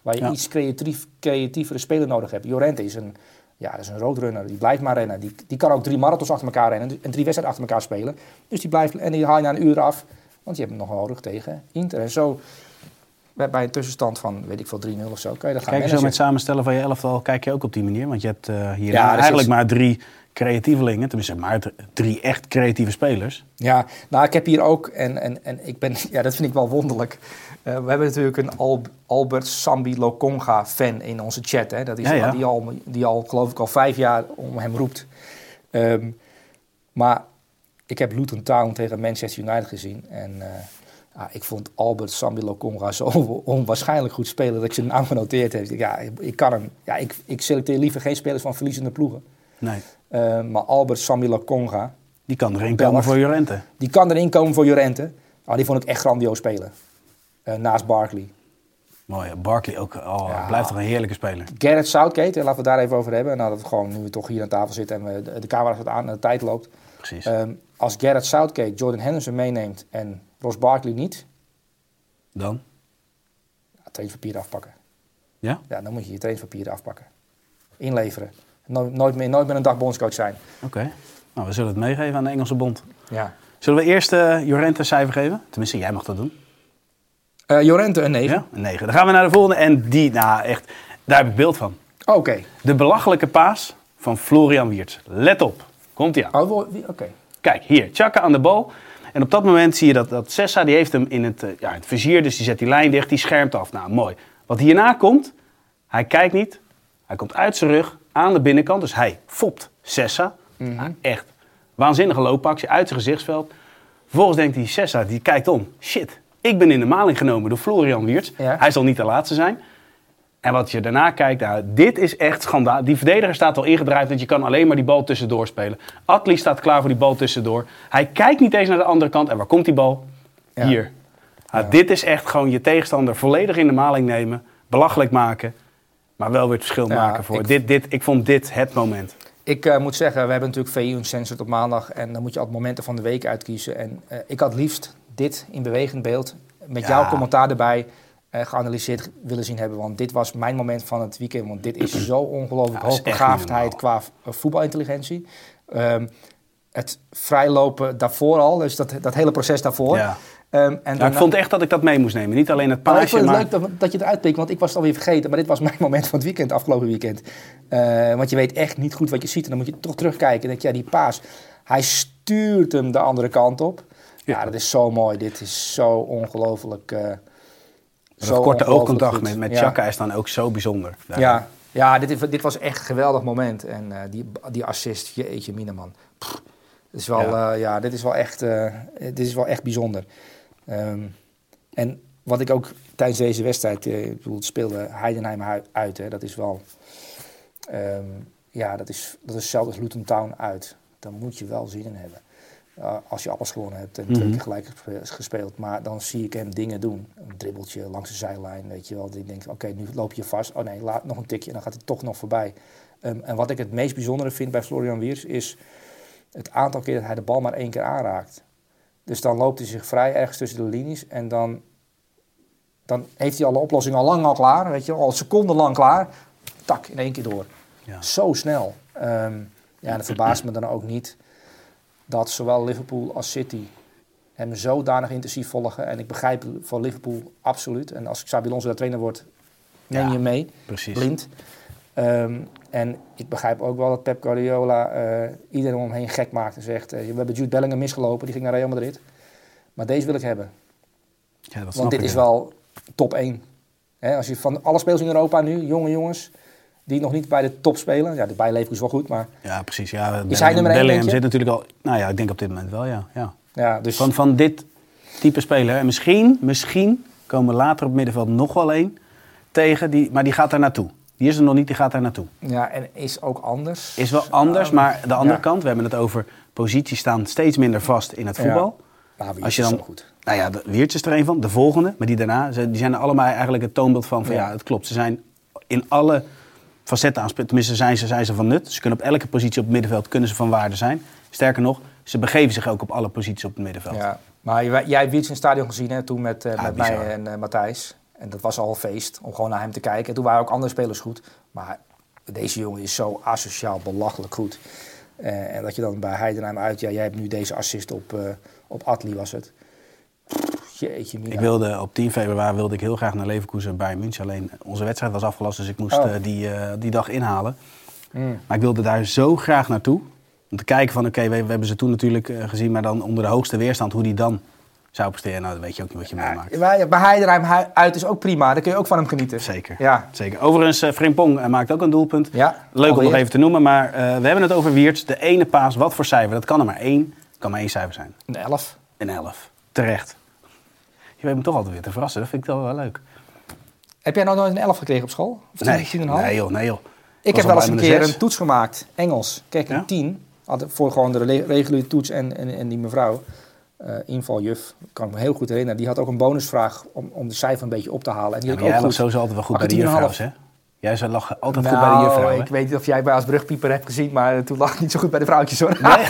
[SPEAKER 5] Waar je
[SPEAKER 2] Ja.
[SPEAKER 5] iets creatief, creatievere speler nodig hebt. Llorente is een, ja, dat is een roadrunner. Die blijft maar rennen. Die, die kan ook drie marathons achter elkaar rennen. En drie wedstrijden achter elkaar spelen. Dus die blijft, en die haal je na een uur af. Want je hebt hem nog nodig tegen Inter. En zo, bij bij een tussenstand van, weet ik veel, drie nul of zo, kan je dat gaan
[SPEAKER 2] Kijk, zo
[SPEAKER 5] managen.
[SPEAKER 2] met samenstellen van je elftal kijk je ook op die manier. Want je hebt uh, hier
[SPEAKER 5] Ja,
[SPEAKER 2] eigenlijk
[SPEAKER 5] dus is-
[SPEAKER 2] maar drie creatievelingen. Tenminste, maar d- drie echt creatieve spelers.
[SPEAKER 5] Ja, nou, ik heb hier ook, en, en, en ik ben, ja, dat vind ik wel wonderlijk. Uh, we hebben natuurlijk een Al- Albert Sambi Lokonga fan in onze chat. Hè? Dat is
[SPEAKER 2] Ja, ja.
[SPEAKER 5] Die, al, die al, geloof ik, al vijf jaar om hem roept. Um, maar ik heb Luton Town tegen Manchester United gezien. En uh, ja, ik vond Albert Sambi Lokonga zo onwaarschijnlijk goed spelen dat ik zijn naam genoteerd heb. Ja, ik, ik kan hem. Ja, ik, ik selecteer liever geen spelers van verliezende ploegen.
[SPEAKER 2] Nee,
[SPEAKER 5] Uh, maar Albert Sambi Lokonga,
[SPEAKER 2] die kan erin
[SPEAKER 5] Belg.
[SPEAKER 2] komen voor Llorente.
[SPEAKER 5] die kan erin komen voor Llorente. Oh, die vond ik echt grandioos spelen. Uh, naast Barkley.
[SPEAKER 2] Mooi, Barkley ook. Oh,
[SPEAKER 5] Ja.
[SPEAKER 2] blijft toch een heerlijke speler.
[SPEAKER 5] Gareth Southgate, laten we het daar even over hebben. Nou, dat we gewoon nu we toch hier aan tafel zitten en we, de, de camera staat aan en de tijd loopt.
[SPEAKER 2] Precies.
[SPEAKER 5] Um, als Gareth Southgate Jordan Henderson meeneemt en Ross Barkley niet,
[SPEAKER 2] Dan?
[SPEAKER 5] ja, trainingspapieren afpakken.
[SPEAKER 2] Ja?
[SPEAKER 5] Ja, dan moet je je trainingspapieren afpakken. Inleveren. Nooit, nooit, meer, nooit meer een dag bondscoach zijn.
[SPEAKER 2] Oké. Okay. Nou, we zullen het meegeven aan de Engelse bond.
[SPEAKER 5] Ja.
[SPEAKER 2] Zullen we eerst uh, Llorente een cijfer geven? Tenminste, jij mag dat doen.
[SPEAKER 5] Uh, Llorente een negen.
[SPEAKER 2] Ja, een negen. Dan gaan we naar de volgende. En die, nou echt, daar heb ik beeld van.
[SPEAKER 5] Oké. Okay.
[SPEAKER 2] De belachelijke paas van Florian Wirtz. Let op. Komt-ie aan.
[SPEAKER 5] Oh, Oké. Okay.
[SPEAKER 2] Kijk, hier. Chaka aan de bal. En op dat moment zie je dat, dat Sessa, die heeft hem in het, uh, ja, het vizier. Dus die zet die lijn dicht, die schermt af. Nou, mooi. Wat hierna komt, hij kijkt niet. Hij komt uit zijn rug aan de binnenkant. Dus hij fopt Sessa.
[SPEAKER 5] Mm-hmm.
[SPEAKER 2] Nou, echt waanzinnige loopactie uit zijn gezichtsveld. Vervolgens denkt hij, Sessa, die kijkt om. Shit, ik ben in de maling genomen door Florian Wirtz.
[SPEAKER 5] Ja.
[SPEAKER 2] Hij zal niet de laatste zijn. En wat je daarna kijkt, nou, dit is echt schandaal. Die verdediger staat al ingedraaid, want je kan alleen maar die bal tussendoor spelen. Atli staat klaar voor die bal tussendoor. Hij kijkt niet eens naar de andere kant. En waar komt die bal?
[SPEAKER 5] Ja.
[SPEAKER 2] Hier. Nou,
[SPEAKER 5] Ja.
[SPEAKER 2] Dit is echt gewoon je tegenstander volledig in de maling nemen. Belachelijk maken. Maar wel weer het verschil
[SPEAKER 5] Ja,
[SPEAKER 2] maken voor.
[SPEAKER 5] ik-
[SPEAKER 2] Dit, dit, ik vond dit het moment.
[SPEAKER 5] Ik uh, moet zeggen, we hebben natuurlijk V I Uncensored op maandag. En dan moet je altijd momenten van de week uitkiezen. En uh, ik had liefst dit in bewegend beeld, met
[SPEAKER 2] Ja.
[SPEAKER 5] jouw commentaar erbij, uh, geanalyseerd willen zien hebben. Want dit was mijn moment van het weekend. Want dit is zo ongelooflijk
[SPEAKER 2] Ja, dat is echt
[SPEAKER 5] hoogbegaafdheid
[SPEAKER 2] niet
[SPEAKER 5] qua uh, voetbalintelligentie. Um, het vrijlopen daarvoor al, dus dat, dat hele proces daarvoor.
[SPEAKER 2] Ja.
[SPEAKER 5] Um, en
[SPEAKER 2] Nou,
[SPEAKER 5] daarna-
[SPEAKER 2] ik vond echt dat ik dat mee moest nemen. Niet alleen het
[SPEAKER 5] maar ik
[SPEAKER 2] paasje,
[SPEAKER 5] vond het
[SPEAKER 2] maar...
[SPEAKER 5] leuk dat, dat je het uitpikt, want ik was het alweer vergeten. Maar dit was mijn moment van het weekend, afgelopen weekend. Uh, want je weet echt niet goed wat je ziet. En dan moet je toch terugkijken en denk je, ja, die paas. Hij stuurt hem de andere kant op. Ja,
[SPEAKER 2] Ja.
[SPEAKER 5] dat is zo mooi. Dit is zo ongelooflijk... Uh,
[SPEAKER 2] Dat korte
[SPEAKER 5] ongelooflijk
[SPEAKER 2] oogcontact
[SPEAKER 5] goed.
[SPEAKER 2] met, met
[SPEAKER 5] Ja.
[SPEAKER 2] Chaka is dan ook zo bijzonder. Daar.
[SPEAKER 5] Ja, ja dit, is, dit was echt een geweldig moment. En uh, die, die assist, jeetje mina man. Pff, dit is wel,
[SPEAKER 2] Ja.
[SPEAKER 5] ja. Uh, ja, dit is wel echt, uh, dit is wel echt bijzonder. Um, en wat ik ook tijdens deze wedstrijd, uh, ik bedoel, het speelde Heidenheim uit. Hè, dat is wel, um, ja, dat is, dat is hetzelfde als Luton Town uit. Dan moet je wel zin in hebben. Uh, als je alles gewonnen hebt en twee
[SPEAKER 2] Mhm.
[SPEAKER 5] keer gelijk gespeeld. Maar dan zie ik hem dingen doen. Een dribbeltje langs de zijlijn, weet je wel. Ik denk, oké, okay, nu loop je vast. Oh nee, laat nog een tikje en dan gaat hij toch nog voorbij. Um, en wat ik het meest bijzondere vind bij Florian Wirtz is het aantal keer dat hij de bal maar één keer aanraakt. Dus dan loopt hij zich vrij ergens tussen de linies en dan, dan heeft hij alle oplossingen al lang al klaar. Weet je, al secondenlang klaar. Tak, in één keer door.
[SPEAKER 2] Ja.
[SPEAKER 5] Zo snel. Um, ja, en het verbaast me dan ook niet dat zowel Liverpool als City hem zodanig intensief volgen. En ik begrijp van Liverpool absoluut. En als Xabi Alonso de trainer wordt, neem
[SPEAKER 2] Ja,
[SPEAKER 5] je hem mee.
[SPEAKER 2] Precies.
[SPEAKER 5] Blind. Um, en ik begrijp ook wel dat Pep Guardiola uh, iedereen om hem heen gek maakt en zegt... Uh, we hebben Jude Bellingham misgelopen, die ging naar Real Madrid. Maar deze wil ik hebben.
[SPEAKER 2] Ja, dat snap
[SPEAKER 5] Want dit
[SPEAKER 2] ik,
[SPEAKER 5] is
[SPEAKER 2] ja.
[SPEAKER 5] wel top één. Hè, als je van alle spelers in Europa nu, jonge jongens... die nog niet bij de top spelen... Ja, de bijleven is wel goed, maar...
[SPEAKER 2] Ja, precies. Ja,
[SPEAKER 5] Is hij nummer één,
[SPEAKER 2] Bellingham
[SPEAKER 5] denk je?
[SPEAKER 2] zit natuurlijk al... Nou ja, ik denk op dit moment wel, ja. ja.
[SPEAKER 5] Ja, dus,
[SPEAKER 2] Van, van dit type speler. En misschien, misschien komen we later op het middenveld nog wel één tegen. Die, maar die gaat daar naartoe. Die is er nog niet, die gaat daar naartoe.
[SPEAKER 5] ja, en is ook anders.
[SPEAKER 2] Is wel anders,
[SPEAKER 5] Ja,
[SPEAKER 2] maar de andere
[SPEAKER 5] ja.
[SPEAKER 2] kant... We hebben het over posities staan steeds minder vast in het voetbal.
[SPEAKER 5] Nou, wie
[SPEAKER 2] Als je
[SPEAKER 5] is
[SPEAKER 2] dan-
[SPEAKER 5] zo goed.
[SPEAKER 2] Nou ja, de Wirtz is er een van. De volgende, maar die daarna. Ze, die zijn er allemaal eigenlijk het toonbeeld van... van ja.
[SPEAKER 5] Ja.
[SPEAKER 2] het klopt. Ze zijn in alle facetten aan spelen. Tenminste, zijn ze, zijn ze van nut. Ze kunnen op elke positie op het middenveld kunnen ze van waarde zijn. Sterker nog, ze begeven zich ook op alle posities op het middenveld.
[SPEAKER 5] Ja, maar jij, jij hebt Wirtz in het stadion gezien hè, toen met, uh,
[SPEAKER 2] Ja,
[SPEAKER 5] met
[SPEAKER 2] bizar.
[SPEAKER 5] mij en uh, Matthijs. En dat was al een feest om gewoon naar hem te kijken. En toen waren ook andere spelers goed. Maar deze jongen is zo asociaal belachelijk goed. Uh, en dat je dan bij Heidenheim uit... Ja, jij hebt nu deze assist op, uh, op Atli was het. Pff, jeetje, mina.
[SPEAKER 2] Ik wilde op tien februari wilde ik heel graag naar Leverkusen bij München. Alleen onze wedstrijd was afgelast, dus ik moest
[SPEAKER 5] Oh.
[SPEAKER 2] uh, die, uh, die dag inhalen.
[SPEAKER 5] Mm.
[SPEAKER 2] Maar ik wilde daar zo graag naartoe. Om te kijken van, oké, okay, we, we hebben ze toen natuurlijk uh, gezien... maar dan onder de hoogste weerstand, hoe die dan zou presteren. Nou, dat weet je ook niet wat je
[SPEAKER 5] Ja,
[SPEAKER 2] meemaakt.
[SPEAKER 5] bij, bij Heidenheim uit is ook prima. Daar kun je ook van hem genieten.
[SPEAKER 2] Zeker.
[SPEAKER 5] Ja.
[SPEAKER 2] Zeker. Overigens, uh, Frimpong uh, maakt ook een doelpunt.
[SPEAKER 5] Ja,
[SPEAKER 2] Leuk om
[SPEAKER 5] alweer.
[SPEAKER 2] nog even te noemen, maar uh, we hebben het over Wiertz. De ene paas, wat voor cijfer? Dat kan er maar één. Het kan maar één cijfer zijn.
[SPEAKER 5] Een elf.
[SPEAKER 2] Een elf. Terecht. Je weet me toch altijd weer te verrassen. Dat vind ik wel wel leuk.
[SPEAKER 5] Heb jij nou nooit een elf gekregen op school? Of
[SPEAKER 2] Nee,
[SPEAKER 5] tien komma vijf?
[SPEAKER 2] nee joh, nee joh.
[SPEAKER 5] Ik
[SPEAKER 2] Was
[SPEAKER 5] heb
[SPEAKER 2] al
[SPEAKER 5] wel eens
[SPEAKER 2] bij
[SPEAKER 5] een
[SPEAKER 2] me
[SPEAKER 5] keer
[SPEAKER 2] zes.
[SPEAKER 5] een toets gemaakt, Engels. Kijk, een
[SPEAKER 2] Ja?
[SPEAKER 5] tien. Had voor gewoon de le- reguliere toets en, en, en die mevrouw, uh, invaljuf, kan ik me heel goed herinneren. Die had ook een bonusvraag om, om de cijfer een beetje op te halen. En die
[SPEAKER 2] Ja,
[SPEAKER 5] had
[SPEAKER 2] maar
[SPEAKER 5] ik
[SPEAKER 2] jij
[SPEAKER 5] ook
[SPEAKER 2] lag
[SPEAKER 5] goed.
[SPEAKER 2] sowieso altijd wel goed
[SPEAKER 5] Mag
[SPEAKER 2] bij
[SPEAKER 5] ik
[SPEAKER 2] de
[SPEAKER 5] tien komma
[SPEAKER 2] juffrouw,
[SPEAKER 5] vijf?
[SPEAKER 2] hè? Jij lag altijd
[SPEAKER 5] Nou,
[SPEAKER 2] goed bij de juffrouw, hè?
[SPEAKER 5] ik weet niet of jij bij als brugpieper hebt gezien, maar toen lag ik niet zo goed bij de vrouwtjes, hoor.
[SPEAKER 2] Nee.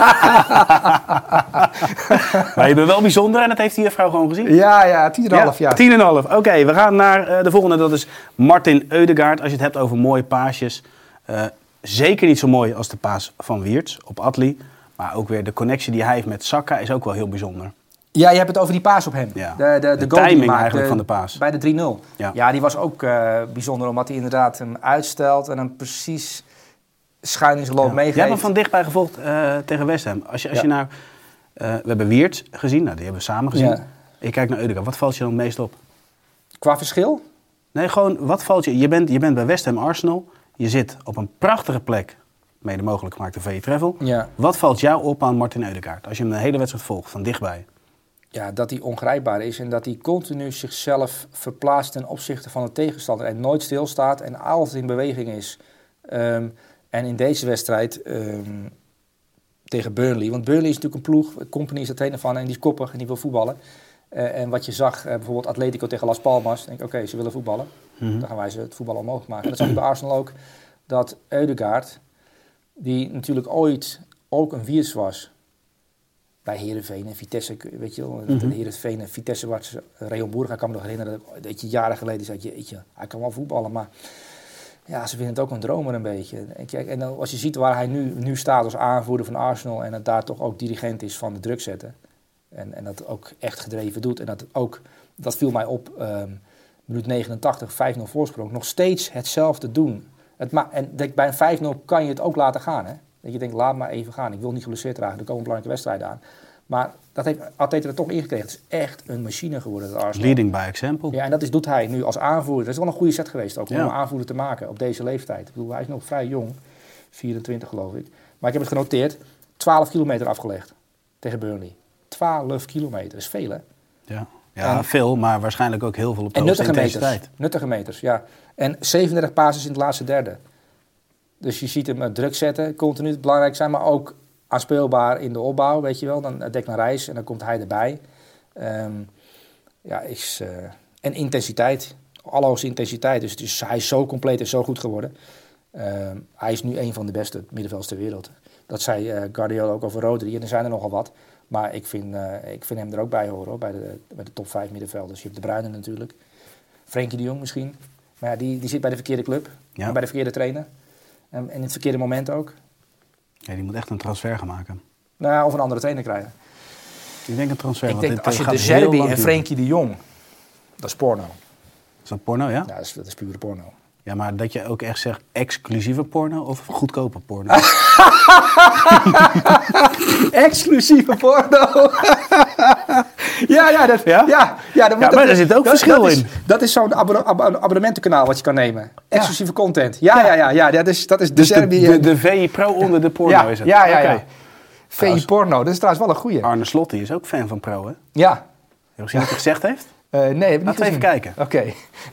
[SPEAKER 2] Maar je bent wel bijzonder en dat heeft die juffrouw gewoon gezien.
[SPEAKER 5] Ja, ja, tien komma vijf, ja.
[SPEAKER 2] tien komma vijf. Oké, okay, we gaan naar uh, de volgende. Dat is Martin Ødegaard. Als je het hebt over mooie paasjes. Uh, zeker niet zo mooi als de paas van Wiertz op Atli. Maar ook weer de connectie die hij heeft met Saka is ook wel heel bijzonder.
[SPEAKER 5] Ja, je hebt het over die paas op hem.
[SPEAKER 2] Ja.
[SPEAKER 5] De, de, de,
[SPEAKER 2] De
[SPEAKER 5] goal die
[SPEAKER 2] timing
[SPEAKER 5] hij maakt,
[SPEAKER 2] eigenlijk van de paas.
[SPEAKER 5] Bij de drie nul.
[SPEAKER 2] Ja.
[SPEAKER 5] Ja, die was ook uh, bijzonder omdat hij inderdaad hem uitstelt en hem precies schuin in zijn loop
[SPEAKER 2] Ja.
[SPEAKER 5] meegeeft.
[SPEAKER 2] Jij hebt hem van dichtbij gevolgd uh, tegen West Ham. Als je, als
[SPEAKER 5] Ja.
[SPEAKER 2] je nou, uh, we hebben Wiertz gezien, nou, die hebben we samen gezien.
[SPEAKER 5] Ja.
[SPEAKER 2] Je kijkt naar Ødegaard. Wat valt je dan het meest op?
[SPEAKER 5] Qua verschil?
[SPEAKER 2] Nee, gewoon, wat valt je... Je bent, je bent bij West Ham Arsenal. Je zit op een prachtige plek. Mede mogelijk gemaakt door V J Travel.
[SPEAKER 5] Ja.
[SPEAKER 2] Wat valt jou op aan Martin Ødegaard? Als je hem de hele wedstrijd volgt, van dichtbij.
[SPEAKER 5] Ja, dat hij ongrijpbaar is en dat hij continu zichzelf verplaatst ten opzichte van de tegenstander. En nooit stilstaat en altijd in beweging is. Um, en in deze wedstrijd um, tegen Burnley. Want Burnley is natuurlijk een ploeg. Company is de trainer van en die is koppig en die wil voetballen. Uh, en wat je zag, uh, bijvoorbeeld Atletico tegen Las Palmas. denk ik, oké, okay, ze willen voetballen.
[SPEAKER 2] Mm-hmm.
[SPEAKER 5] Dan gaan wij ze het voetballen omhoog maken. En dat zag je bij Arsenal ook. Dat Ødegaard, die natuurlijk ooit ook een Wiertz was... bij Heerenveen en Vitesse, weet je wel. Mm-hmm. Heerenveen en Vitesse, waar ze, Reon Boerga, kan me nog herinneren... dat je jaren geleden zei, jeetje, hij kan wel voetballen, maar... ja, ze vinden het ook een dromer een beetje. En, kijk, en als je ziet waar hij nu, nu staat als aanvoerder van Arsenal... en dat daar toch ook dirigent is van de druk zetten... en, en dat ook echt gedreven doet... en dat ook, dat viel mij op, um, minuut negenentachtig, vijf nul voorsprong... nog steeds hetzelfde doen... Het ma- en denk, bij een vijf nul kan je het ook laten gaan. Hè? Dat je denkt, laat maar even gaan. Ik wil niet geblesseerd raken. Er komen belangrijke wedstrijden aan. Maar dat heeft Arteta er toch ingekregen. Het is echt een machine geworden, het Arsenal.
[SPEAKER 2] Leading by example.
[SPEAKER 5] Ja, en dat is, doet hij nu als aanvoerder. Dat is wel een goede set geweest ook, om
[SPEAKER 2] Ja.
[SPEAKER 5] een aanvoerder te maken op deze leeftijd. Ik bedoel, hij is nog vrij jong. vierentwintig geloof ik. Maar ik heb het genoteerd. twaalf kilometer afgelegd tegen Burnley. twaalf kilometer, dat is veel, hè?
[SPEAKER 2] Ja, ja
[SPEAKER 5] En-
[SPEAKER 2] veel, maar waarschijnlijk ook heel veel op de
[SPEAKER 5] En
[SPEAKER 2] hoogste
[SPEAKER 5] nuttige meters.
[SPEAKER 2] intensiteit.
[SPEAKER 5] Nuttige meters, ja. En zevenendertig passes in het laatste derde. Dus je ziet hem uh, druk zetten, continu belangrijk zijn, maar ook aanspeelbaar in de opbouw, weet je wel. Dan uh, Declan Rice en dan komt hij erbij. Um, ja, is, uh, en intensiteit, allerhoogste intensiteit. Dus het is, hij is zo compleet en zo goed geworden. Um, hij is nu een van de beste middenvelders ter wereld. Dat zei uh, Guardiola ook over Rodri en er zijn er nogal wat. Maar ik vind, uh, ik vind hem er ook bij horen, hoor, bij, de, bij de top vijf middenvelders. Je hebt De Bruyne natuurlijk. Frenkie de Jong misschien. Maar ja, die, die zit bij de verkeerde club.
[SPEAKER 2] Ja.
[SPEAKER 5] En bij de verkeerde trainer. En, en in het verkeerde moment ook.
[SPEAKER 2] Ja, die moet echt een transfer gaan maken.
[SPEAKER 5] Nou ja, of een andere trainer krijgen.
[SPEAKER 2] Ik denk een transfer.
[SPEAKER 5] Ik
[SPEAKER 2] want
[SPEAKER 5] denk,
[SPEAKER 2] dit,
[SPEAKER 5] als
[SPEAKER 2] uh,
[SPEAKER 5] je
[SPEAKER 2] gaat
[SPEAKER 5] De
[SPEAKER 2] heel
[SPEAKER 5] Zerbi
[SPEAKER 2] lang
[SPEAKER 5] en
[SPEAKER 2] duren.
[SPEAKER 5] Frenkie de Jong... Dat is porno.
[SPEAKER 2] Is dat porno, ja?
[SPEAKER 5] Ja, dat is, dat is pure porno.
[SPEAKER 2] Ja, maar dat je ook echt zegt exclusieve porno of goedkope porno?
[SPEAKER 5] Exclusieve porno. ja, ja, dat,
[SPEAKER 2] Ja?
[SPEAKER 5] ja, ja, dat,
[SPEAKER 2] Ja, maar daar zit ook verschil
[SPEAKER 5] dat is,
[SPEAKER 2] in.
[SPEAKER 5] Dat is zo'n abonne- ab- abonnementenkanaal wat je kan nemen. Exclusieve content. Ja, ja, ja, ja, dat is, dat is De
[SPEAKER 2] Dus de,
[SPEAKER 5] Zerbi.
[SPEAKER 2] de,
[SPEAKER 5] en-
[SPEAKER 2] de V I Pro onder de porno
[SPEAKER 5] ja,
[SPEAKER 2] is het?
[SPEAKER 5] ja, ja, ja.
[SPEAKER 2] Oké.
[SPEAKER 5] V I porno, dat is trouwens wel een goeie.
[SPEAKER 2] Arne Slot die is ook fan van Pro, hè? Heb
[SPEAKER 5] Ja.
[SPEAKER 2] je gezien wat hij gezegd heeft?
[SPEAKER 5] Uh, nee, heb ik niet
[SPEAKER 2] Laten we even
[SPEAKER 5] gezien.
[SPEAKER 2] kijken.
[SPEAKER 5] Oké.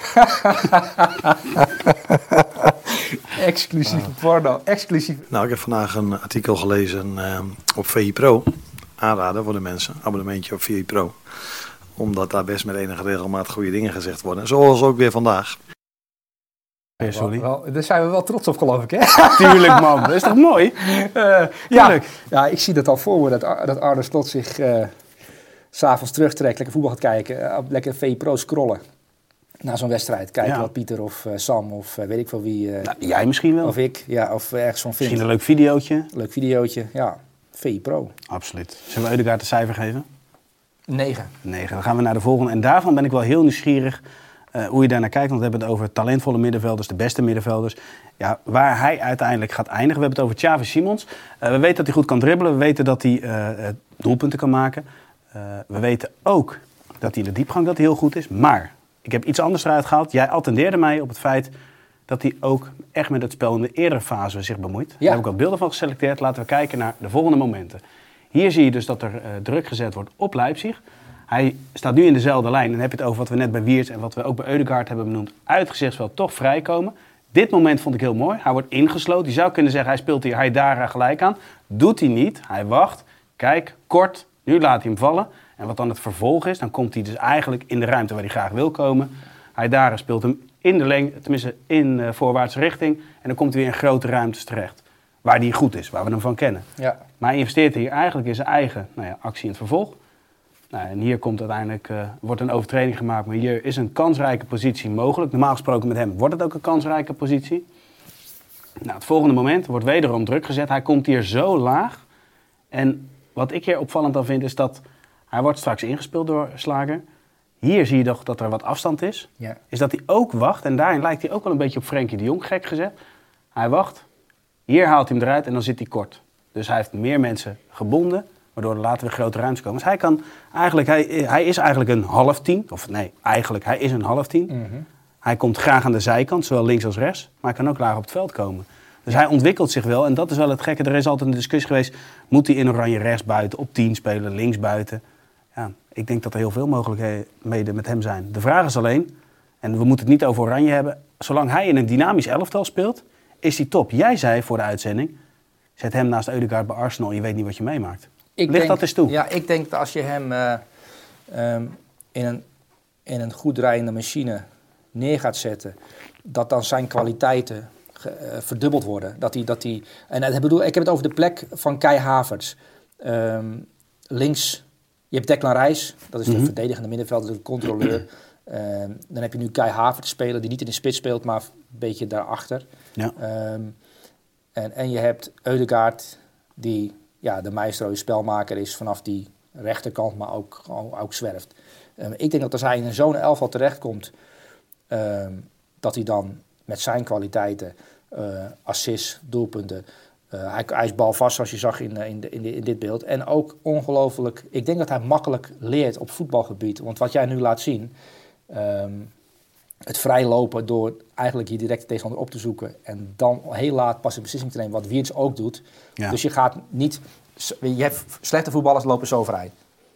[SPEAKER 5] Exclusieve porno. Exclusief.
[SPEAKER 4] Nou, ik heb vandaag een artikel gelezen uh, op V I Pro. Aanraden voor de mensen. Abonnementje op V I Pro. Omdat daar best met enige regelmaat goede dingen gezegd worden. Zoals ook weer vandaag.
[SPEAKER 2] Ja, sorry.
[SPEAKER 5] Wel, wel, daar zijn we wel trots op, geloof ik, hè?
[SPEAKER 2] Tuurlijk, man. Dat is toch mooi?
[SPEAKER 5] Uh, ja.
[SPEAKER 2] Tuurlijk.
[SPEAKER 5] ja, ik zie dat al voor me, dat, Ar- dat Arne Slot zich uh, 's avonds terugtrekt, lekker voetbal gaat kijken, uh, lekker V I Pro scrollen. na zo'n wedstrijd. Kijken
[SPEAKER 2] Ja.
[SPEAKER 5] wat Pieter of uh, Sam of uh, weet ik veel wie... Uh,
[SPEAKER 2] Nou, jij misschien wel.
[SPEAKER 5] of ik, ja, of ergens van vindt.
[SPEAKER 2] Misschien een leuk videootje.
[SPEAKER 5] Leuk videootje, ja. V I Pro.
[SPEAKER 2] Absoluut. Zullen we Ødegaard een cijfer geven?
[SPEAKER 5] negen.
[SPEAKER 2] negen. Dan gaan we naar de volgende. En daarvan ben ik wel heel nieuwsgierig uh, hoe je daar naar kijkt. Want we hebben het over talentvolle middenvelders, de beste middenvelders. Ja, waar hij uiteindelijk gaat eindigen. We hebben het over Xavi Simons. Uh, we weten dat hij goed kan dribbelen. We weten dat hij uh, doelpunten kan maken. Uh, we weten ook dat hij in de diepgang dat hij heel goed is. Maar ik heb iets anders eruit gehaald. Jij attendeerde mij op het feit dat hij ook echt met het spel in de eerdere fase zich bemoeit.
[SPEAKER 5] Ja.
[SPEAKER 2] Daar heb ik wat beelden van geselecteerd. Laten we kijken naar de volgende momenten. Hier zie je dus dat er uh, druk gezet wordt op Leipzig. Hij staat nu in dezelfde lijn. En dan heb je het over wat we net bij Wiertz en wat we ook bij Ødegaard hebben benoemd. Uit het gezichtsveld toch vrijkomen. Dit moment vond ik heel mooi. Hij wordt ingesloten. Je zou kunnen zeggen, hij speelt hier Haidara gelijk aan. Doet hij niet. Hij wacht. Kijk, kort. Nu laat hij hem vallen. En wat dan het vervolg is, dan komt hij dus eigenlijk in de ruimte waar hij graag wil komen. Haidara speelt hem in de lengte, tenminste in uh, voorwaartse richting. En dan komt hij weer in grote ruimtes terecht. Waar hij goed is, waar we hem van kennen.
[SPEAKER 5] Ja.
[SPEAKER 2] Maar hij investeert hier eigenlijk in zijn eigen nou ja, actie in het vervolg. Nou, en hier komt uiteindelijk, uh, wordt een overtreding gemaakt. Maar hier is een kansrijke positie mogelijk. Normaal gesproken met hem wordt het ook een kansrijke positie. Nou, het volgende moment wordt wederom druk gezet. Hij komt hier zo laag. En wat ik hier opvallend aan vind is dat hij wordt straks ingespeeld door Slager. Hier zie je toch dat er wat afstand is.
[SPEAKER 5] Ja.
[SPEAKER 2] Is dat hij ook wacht. En daarin lijkt hij ook wel een beetje op Frenkie de Jong, gek gezegd. Hij wacht. Hier haalt hij hem eruit en dan zit hij kort. Dus hij heeft meer mensen gebonden, waardoor er later weer grote ruimtes komen. Dus hij kan eigenlijk, hij, hij is eigenlijk een half tien. Of nee, eigenlijk, hij is een half tien.
[SPEAKER 5] Mm-hmm.
[SPEAKER 2] Hij komt graag aan de zijkant, zowel links als rechts. Maar hij kan ook laag op het veld komen. Dus ja. Hij ontwikkelt zich wel. En dat is wel het gekke. Er is altijd een discussie geweest. Moet hij in oranje rechts buiten, op tien spelen, links buiten? Ja, ik denk dat er heel veel mogelijkheden met hem zijn. De vraag is alleen, en we moeten het niet over oranje hebben. Zolang hij in een dynamisch elftal speelt, is hij top. Jij zei voor de uitzending, zet hem naast Ødegaard bij Arsenal en je weet niet wat je meemaakt.
[SPEAKER 5] Ik
[SPEAKER 2] Ligt
[SPEAKER 5] denk,
[SPEAKER 2] dat eens toe?
[SPEAKER 5] Ja, ik denk dat als je hem uh, um, in, een, in een goed draaiende machine neer gaat zetten, dat dan zijn kwaliteiten ge, uh, verdubbeld worden. Dat hij, dat hij, en ik bedoel, ik heb het over de plek van Kai Havertz. Um, links, je hebt Declan Rice, dat is de mm-hmm. verdedigende middenvelder, de controleur. Um, dan heb je nu Kai Havertz spelen, die niet in de spits speelt, maar een beetje daarachter.
[SPEAKER 2] Ja.
[SPEAKER 5] Um, en, en je hebt Ødegaard, die ja, de maestro spelmaker is vanaf die rechterkant, maar ook, ook zwerft. Um, ik denk dat als hij in zo'n elftal terechtkomt, um, dat hij dan met zijn kwaliteiten, uh, assists, doelpunten, uh, hij, hij is balvast zoals je zag in, in, de, in, de, in dit beeld. En ook ongelooflijk, ik denk dat hij makkelijk leert op voetbalgebied. Want wat jij nu laat zien, um, het vrijlopen door eigenlijk je direct tegenstander op te zoeken en dan heel laat pas een beslissing te nemen, wat Wiertz ook doet. Ja. Dus je gaat niet, je hebt slechte voetballers lopen zo vrij.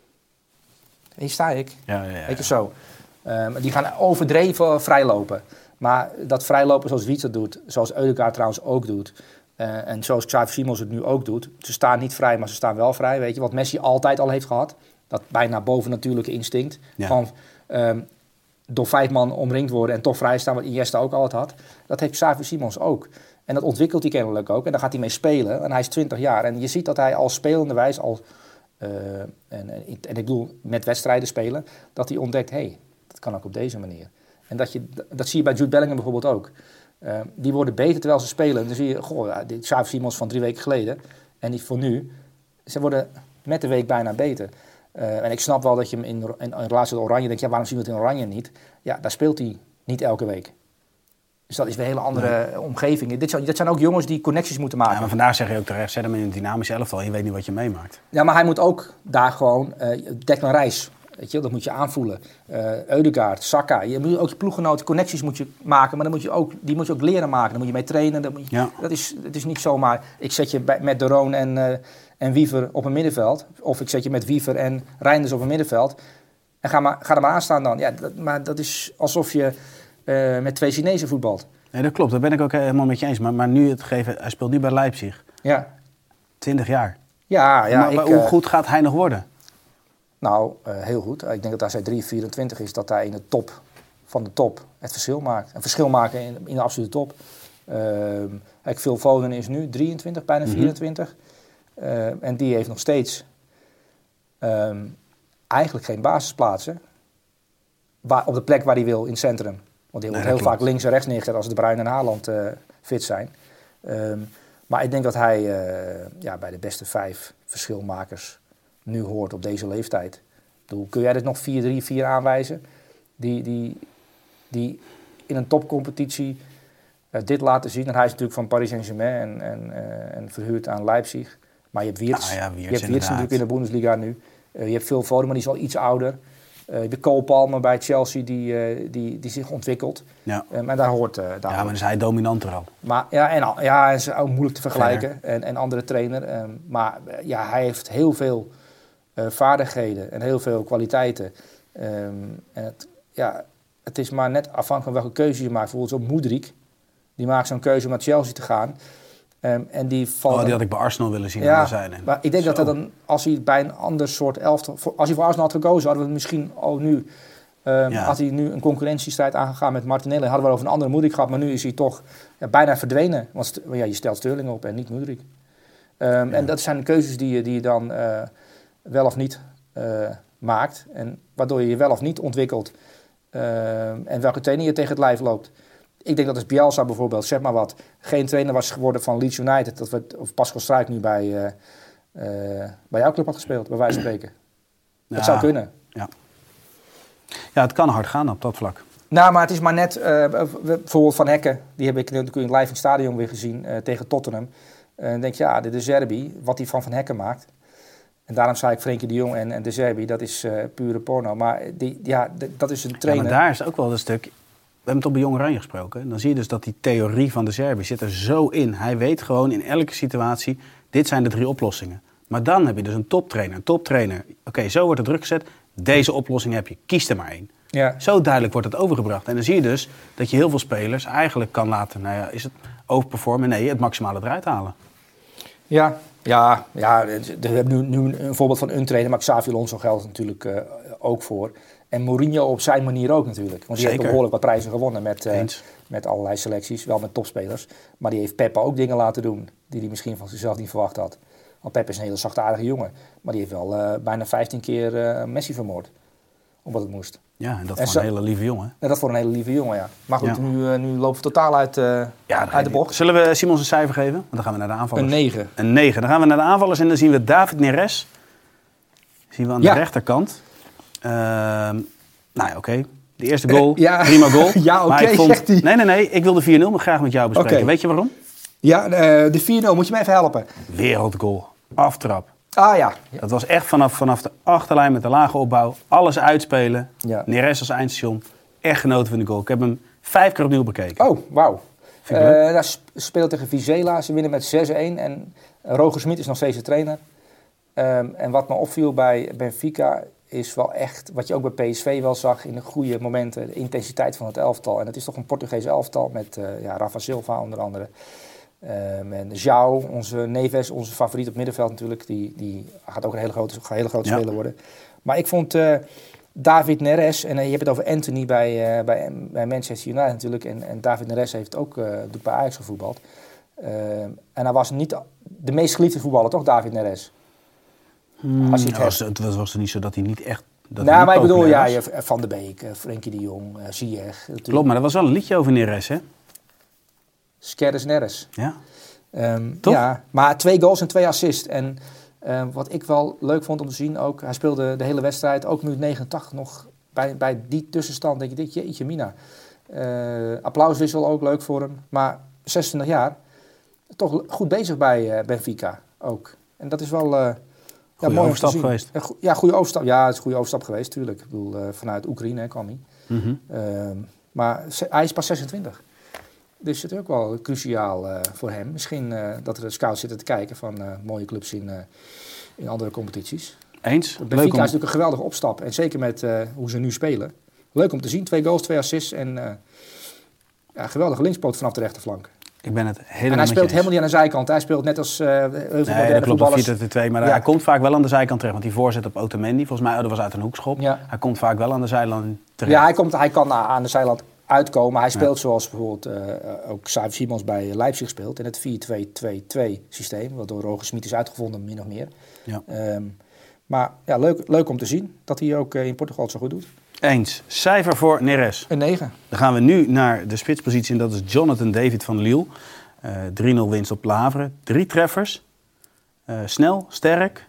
[SPEAKER 5] Hier sta ik.
[SPEAKER 2] Ja, ja, ja,
[SPEAKER 5] Weet je zo. Um, die gaan overdreven vrijlopen. Maar dat vrijlopen zoals Wiertz dat doet, zoals Ødegaard trouwens ook doet, uh, en zoals Xavi Simons het nu ook doet, ze staan niet vrij, maar ze staan wel vrij. Weet je, wat Messi altijd al heeft gehad. Dat bijna bovennatuurlijke instinct. Ja. Van, um, door vijf man omringd worden en toch vrij staan, wat Iniesta ook altijd had. Dat heeft Xavi Simons ook. En dat ontwikkelt hij kennelijk ook. En daar gaat hij mee spelen. En hij is twintig jaar. En je ziet dat hij al spelenderwijs, al, uh, en, en, en ik bedoel met wedstrijden spelen, dat hij ontdekt, hé, hey, dat kan ook op deze manier. En dat, je, dat zie je bij Jude Bellingham bijvoorbeeld ook. Uh, die worden beter terwijl ze spelen. En dan zie je, goh, die Xavi Simons van drie weken geleden en die voor nu, ze worden met de week bijna beter. Uh, en ik snap wel dat je hem in, in, in relatie tot Oranje denkt, ja, waarom zien we het in Oranje niet? Ja, daar speelt hij niet elke week. Dus dat is weer een hele andere nee. omgeving. Dit zijn, dit zijn ook jongens die connecties moeten maken.
[SPEAKER 2] Ja, maar vandaag zeg je ook terecht, zet hem in een dynamische elftal en je weet niet wat je meemaakt.
[SPEAKER 5] Ja, maar hij moet ook daar gewoon, uh, Declan Rice, weet je, dat moet je aanvoelen. Uh, Ødegaard, Saka, je moet ook je ploeggenoten, connecties moet je maken, maar dan moet je ook, die moet je ook leren maken. Dan moet je mee trainen. Dat, moet je, ja. dat, is, dat is niet zomaar, ik zet je bij, met De Roon en... Uh, en Wiever op een middenveld. Of ik zet je met Wiever en Reinders op een middenveld. En ga, maar, ga er maar aan staan dan. Ja, dat, maar dat is alsof je uh, met twee Chinezen voetbalt.
[SPEAKER 2] Nee, dat klopt. Dat ben ik ook helemaal met je eens. Maar, maar nu het geven, hij speelt nu bij Leipzig.
[SPEAKER 5] Ja.
[SPEAKER 2] twintig jaar.
[SPEAKER 5] Ja, ja.
[SPEAKER 2] Maar, maar
[SPEAKER 5] ik,
[SPEAKER 2] hoe
[SPEAKER 5] uh,
[SPEAKER 2] goed gaat hij nog worden?
[SPEAKER 5] Nou, uh, heel goed. Ik denk dat als hij drie vierentwintig is, dat hij in de top van de top het verschil maakt. Een verschil maken in, in de absolute top. Uh, Phil Foden is nu drieëntwintig, bijna mm-hmm. vierentwintig. Uh, en die heeft nog steeds um, eigenlijk geen basisplaatsen. waar, op de plek waar hij wil, in het centrum. Want hij wordt
[SPEAKER 2] Nee,
[SPEAKER 5] heel
[SPEAKER 2] klopt.
[SPEAKER 5] vaak links en rechts neergezet als de Bruyne en Haaland uh, fit zijn. Um, maar ik denk dat hij uh, ja, bij de beste vijf verschilmakers nu hoort op deze leeftijd. Ik bedoel, kun jij er nog vier drie vier aanwijzen? Die, die, die in een topcompetitie uh, dit laten zien. En hij is natuurlijk van Paris Saint-Germain en, en, uh, en verhuurd aan Leipzig. Maar je hebt Wirtz,
[SPEAKER 2] Nou ja, Wirtz
[SPEAKER 5] je hebt Wirtz
[SPEAKER 2] inderdaad.
[SPEAKER 5] natuurlijk in de Bundesliga nu. Uh, je hebt Phil Foden, maar die is al iets ouder. Uh, je hebt Cole Palmer bij Chelsea die, uh, die, die zich ontwikkelt.
[SPEAKER 2] Ja.
[SPEAKER 5] Um, en daar hoort... Uh, daar
[SPEAKER 2] Ja,
[SPEAKER 5] hoort.
[SPEAKER 2] maar is hij dominanter al.
[SPEAKER 5] Maar ja, en, al- ja, is ook moeilijk te vergelijken. En, en andere trainer. Um, maar uh, ja, hij heeft heel veel uh, vaardigheden en heel veel kwaliteiten. Um, en het, ja, het is maar net afhankelijk van welke keuze je maakt. Bijvoorbeeld zo'n Mudryk. Die maakt zo'n keuze om naar Chelsea te gaan. Um, en die valt
[SPEAKER 2] Oh, die
[SPEAKER 5] dan-
[SPEAKER 2] had ik bij Arsenal willen zien
[SPEAKER 5] ja,
[SPEAKER 2] aan de zijlijn.
[SPEAKER 5] maar ik denk
[SPEAKER 2] Zo.
[SPEAKER 5] dat dat dan, als hij bij een ander soort elftal... voor- Als hij voor Arsenal had gekozen, hadden we misschien al nu... Um,
[SPEAKER 2] Ja.
[SPEAKER 5] Had hij nu een concurrentiestrijd aangegaan met Martinelli, hadden we over een andere Mudryk gehad. Maar nu is hij toch ja, bijna verdwenen. Want st- ja, je stelt Sterling op en niet Mudryk. Um,
[SPEAKER 2] Ja.
[SPEAKER 5] En dat zijn de keuzes die je, die je dan uh, wel of niet uh, maakt. En waardoor je je wel of niet ontwikkelt. Um, en welke trainer je tegen het lijf loopt. Ik denk dat als Bielsa bijvoorbeeld, zeg maar wat, geen trainer was geworden van Leeds United. Dat we, of Pascal Struijk nu bij, uh, uh, bij jouw club had gespeeld, bij wijze van spreken. Dat
[SPEAKER 2] Ja.
[SPEAKER 5] zou kunnen.
[SPEAKER 2] Ja. ja, het kan hard gaan op dat vlak.
[SPEAKER 5] Nou, maar het is maar net, uh, bijvoorbeeld Van Hekken, die heb ik natuurlijk live in het stadion weer gezien uh, tegen Tottenham. En uh, denk je, ja, de De Zerbi, wat hij van Van Hekken maakt. En daarom zei ik Frenkie de Jong en, en De Zerbi, dat is uh, pure porno. Maar die, ja, d- dat is een
[SPEAKER 2] Ja,
[SPEAKER 5] trainer.
[SPEAKER 2] maar daar is ook wel een stuk... We hebben het op bij Jong Oranje gesproken. En dan zie je dus dat die theorie van de Zerbi zit er zo in. Hij weet gewoon in elke situatie, dit zijn de drie oplossingen. Maar dan heb je dus een toptrainer. Een toptrainer, oké, okay, zo wordt het druk gezet. Deze oplossing heb je, kies er maar één.
[SPEAKER 5] Ja.
[SPEAKER 2] Zo duidelijk wordt het overgebracht. En dan zie je dus dat je heel veel spelers eigenlijk kan laten... Nou ja, is het overperformen? Nee, het maximale eruit halen.
[SPEAKER 5] Ja, ja, ja, we hebben nu, nu een voorbeeld van een trainer, maar Xavi Alonso geldt natuurlijk uh, ook voor. En Mourinho op zijn manier ook natuurlijk. Want die
[SPEAKER 2] Zeker.
[SPEAKER 5] heeft behoorlijk wat prijzen gewonnen met, uh,
[SPEAKER 2] Eens.
[SPEAKER 5] met allerlei selecties, wel met topspelers. Maar die heeft Pepe ook dingen laten doen die hij misschien van zichzelf niet verwacht had. Want Pepe is een hele zachtaardige jongen, maar die heeft wel uh, bijna vijftien keer uh, Messi vermoord. Omdat het moest.
[SPEAKER 2] Ja, en dat
[SPEAKER 5] En
[SPEAKER 2] voor
[SPEAKER 5] zo-
[SPEAKER 2] een hele lieve jongen.
[SPEAKER 5] En dat voor een hele lieve jongen, ja. Maar goed,
[SPEAKER 2] Ja.
[SPEAKER 5] nu, uh, nu lopen we totaal uit, uh,
[SPEAKER 2] Ja,
[SPEAKER 5] uit de bocht.
[SPEAKER 2] Zullen we Simons een cijfer geven? Want dan gaan we naar de aanvallers.
[SPEAKER 5] Een negen.
[SPEAKER 2] Een negen. Dan gaan we naar de aanvallers en dan zien we David Neres. Zien we aan
[SPEAKER 5] Ja.
[SPEAKER 2] de rechterkant. Ehm nou ja, oké. De eerste goal,
[SPEAKER 5] Eh, ja.
[SPEAKER 2] prima goal.
[SPEAKER 5] Ja, oké,
[SPEAKER 2] Maar ik vond-
[SPEAKER 5] zegt hij.
[SPEAKER 2] Nee, nee, nee. Ik wil de vier nul maar graag met jou bespreken.
[SPEAKER 5] Oké.
[SPEAKER 2] Weet je waarom?
[SPEAKER 5] Ja, uh, de vier nul, moet je me even helpen?
[SPEAKER 2] Wereldgoal. Aftrap.
[SPEAKER 5] Ah ja.
[SPEAKER 2] Dat was echt vanaf, vanaf de achterlijn met de lage opbouw. Alles uitspelen.
[SPEAKER 5] Ja.
[SPEAKER 2] Neres als eindstation. Echt genoten van de goal. Ik heb hem vijf keer opnieuw bekeken.
[SPEAKER 5] Oh, wauw.
[SPEAKER 2] Vind ik leuk.
[SPEAKER 5] Uh, daar sp- speelt tegen Vizela. Ze winnen met zes een. En uh, Roger Smit is nog steeds de trainer. Um, en wat me opviel bij Benfica is wel echt, wat je ook bij P S V wel zag in de goede momenten, de intensiteit van het elftal. En het is toch een Portugees elftal met uh, ja, Rafa Silva onder andere. Um, en João, onze Neves, onze favoriet op middenveld natuurlijk, die, die gaat ook een hele grote, een hele grote
[SPEAKER 2] Ja.
[SPEAKER 5] speler worden. Maar ik vond uh, David Neres, en uh, je hebt het over Anthony bij, uh, bij, bij Manchester United natuurlijk, en, en David Neres heeft ook uh, doet bij Ajax gevoetbald. Uh, en hij was niet de meest geliefde voetballer, toch, David Neres?
[SPEAKER 2] Hmm,
[SPEAKER 5] als je het
[SPEAKER 2] ja, was, het was, was er niet zo dat hij niet echt... Dat hij
[SPEAKER 5] nou,
[SPEAKER 2] niet
[SPEAKER 5] maar ik bedoel,
[SPEAKER 2] populair
[SPEAKER 5] ja,
[SPEAKER 2] was.
[SPEAKER 5] je- Van der Beek, uh, Frenkie de Jong, uh, Ziyech.
[SPEAKER 2] Klopt, maar er was wel een liedje over Neres, hè?
[SPEAKER 5] Skeres Neres.
[SPEAKER 2] Ja.
[SPEAKER 5] Um,
[SPEAKER 2] Toch?
[SPEAKER 5] Ja, maar twee goals en twee assists. En uh, wat ik wel leuk vond om te zien ook, hij speelde de hele wedstrijd, ook minuut negenentachtig nog, bij, bij die tussenstand denk je, dit jeetje mina. Uh, applauswissel ook leuk voor hem, maar zesentwintig jaar, toch goed bezig bij uh, Benfica ook. En dat is wel... Uh,
[SPEAKER 2] Goeie
[SPEAKER 5] mooi om
[SPEAKER 2] overstap
[SPEAKER 5] te zien.
[SPEAKER 2] geweest.
[SPEAKER 5] Een go- Ja, goede overstap. Ja, het is een goede overstap geweest, tuurlijk. Ik bedoel, uh, vanuit Oekraïne hè, kwam hij.
[SPEAKER 2] Mhm.
[SPEAKER 5] Um, maar ze- hij is pas zesentwintig. Dus het is ook wel cruciaal uh, voor hem. Misschien uh, dat er scouts zitten te kijken van uh, mooie clubs in, uh, in andere competities.
[SPEAKER 2] Eens?
[SPEAKER 5] Benfica
[SPEAKER 2] Leuk
[SPEAKER 5] is
[SPEAKER 2] om...
[SPEAKER 5] natuurlijk een geweldige opstap. En zeker met uh, hoe ze nu spelen. Leuk om te zien. Twee goals, twee assists. En uh, ja, geweldige linkspoot vanaf de rechterflank.
[SPEAKER 2] Ik ben het helemaal
[SPEAKER 5] En hij
[SPEAKER 2] met
[SPEAKER 5] speelt
[SPEAKER 2] je
[SPEAKER 5] helemaal
[SPEAKER 2] eens.
[SPEAKER 5] niet aan de zijkant. Hij speelt net als uh, heel veel
[SPEAKER 2] Nee,
[SPEAKER 5] moderne
[SPEAKER 2] dat klopt, op
[SPEAKER 5] voetballers.
[SPEAKER 2] vier tegen twee. Maar
[SPEAKER 5] Ja.
[SPEAKER 2] hij komt vaak wel aan de zijkant terecht. Want die voorzet op Otamendi, volgens mij, oh, dat was uit een hoekschop.
[SPEAKER 5] Ja.
[SPEAKER 2] Hij komt vaak wel aan de zijlijn terecht.
[SPEAKER 5] Ja, hij, komt, hij kan aan de zijland uitkomen. Hij speelt
[SPEAKER 2] Ja.
[SPEAKER 5] zoals bijvoorbeeld uh, ook Xavi Simons bij Leipzig speelt. In het vier twee twee twee systeem. Waardoor Roger Smit is uitgevonden, min of meer.
[SPEAKER 2] Ja.
[SPEAKER 5] Um, Maar ja, leuk, leuk om te zien dat hij ook uh, in Portugal het zo goed doet.
[SPEAKER 2] Eens. Cijfer voor Neres.
[SPEAKER 5] Een negen.
[SPEAKER 2] Dan gaan we nu naar de spitspositie en dat is Jonathan David van Lille. Uh, drie nul winst op Laveren. Drie treffers. Uh, snel, sterk.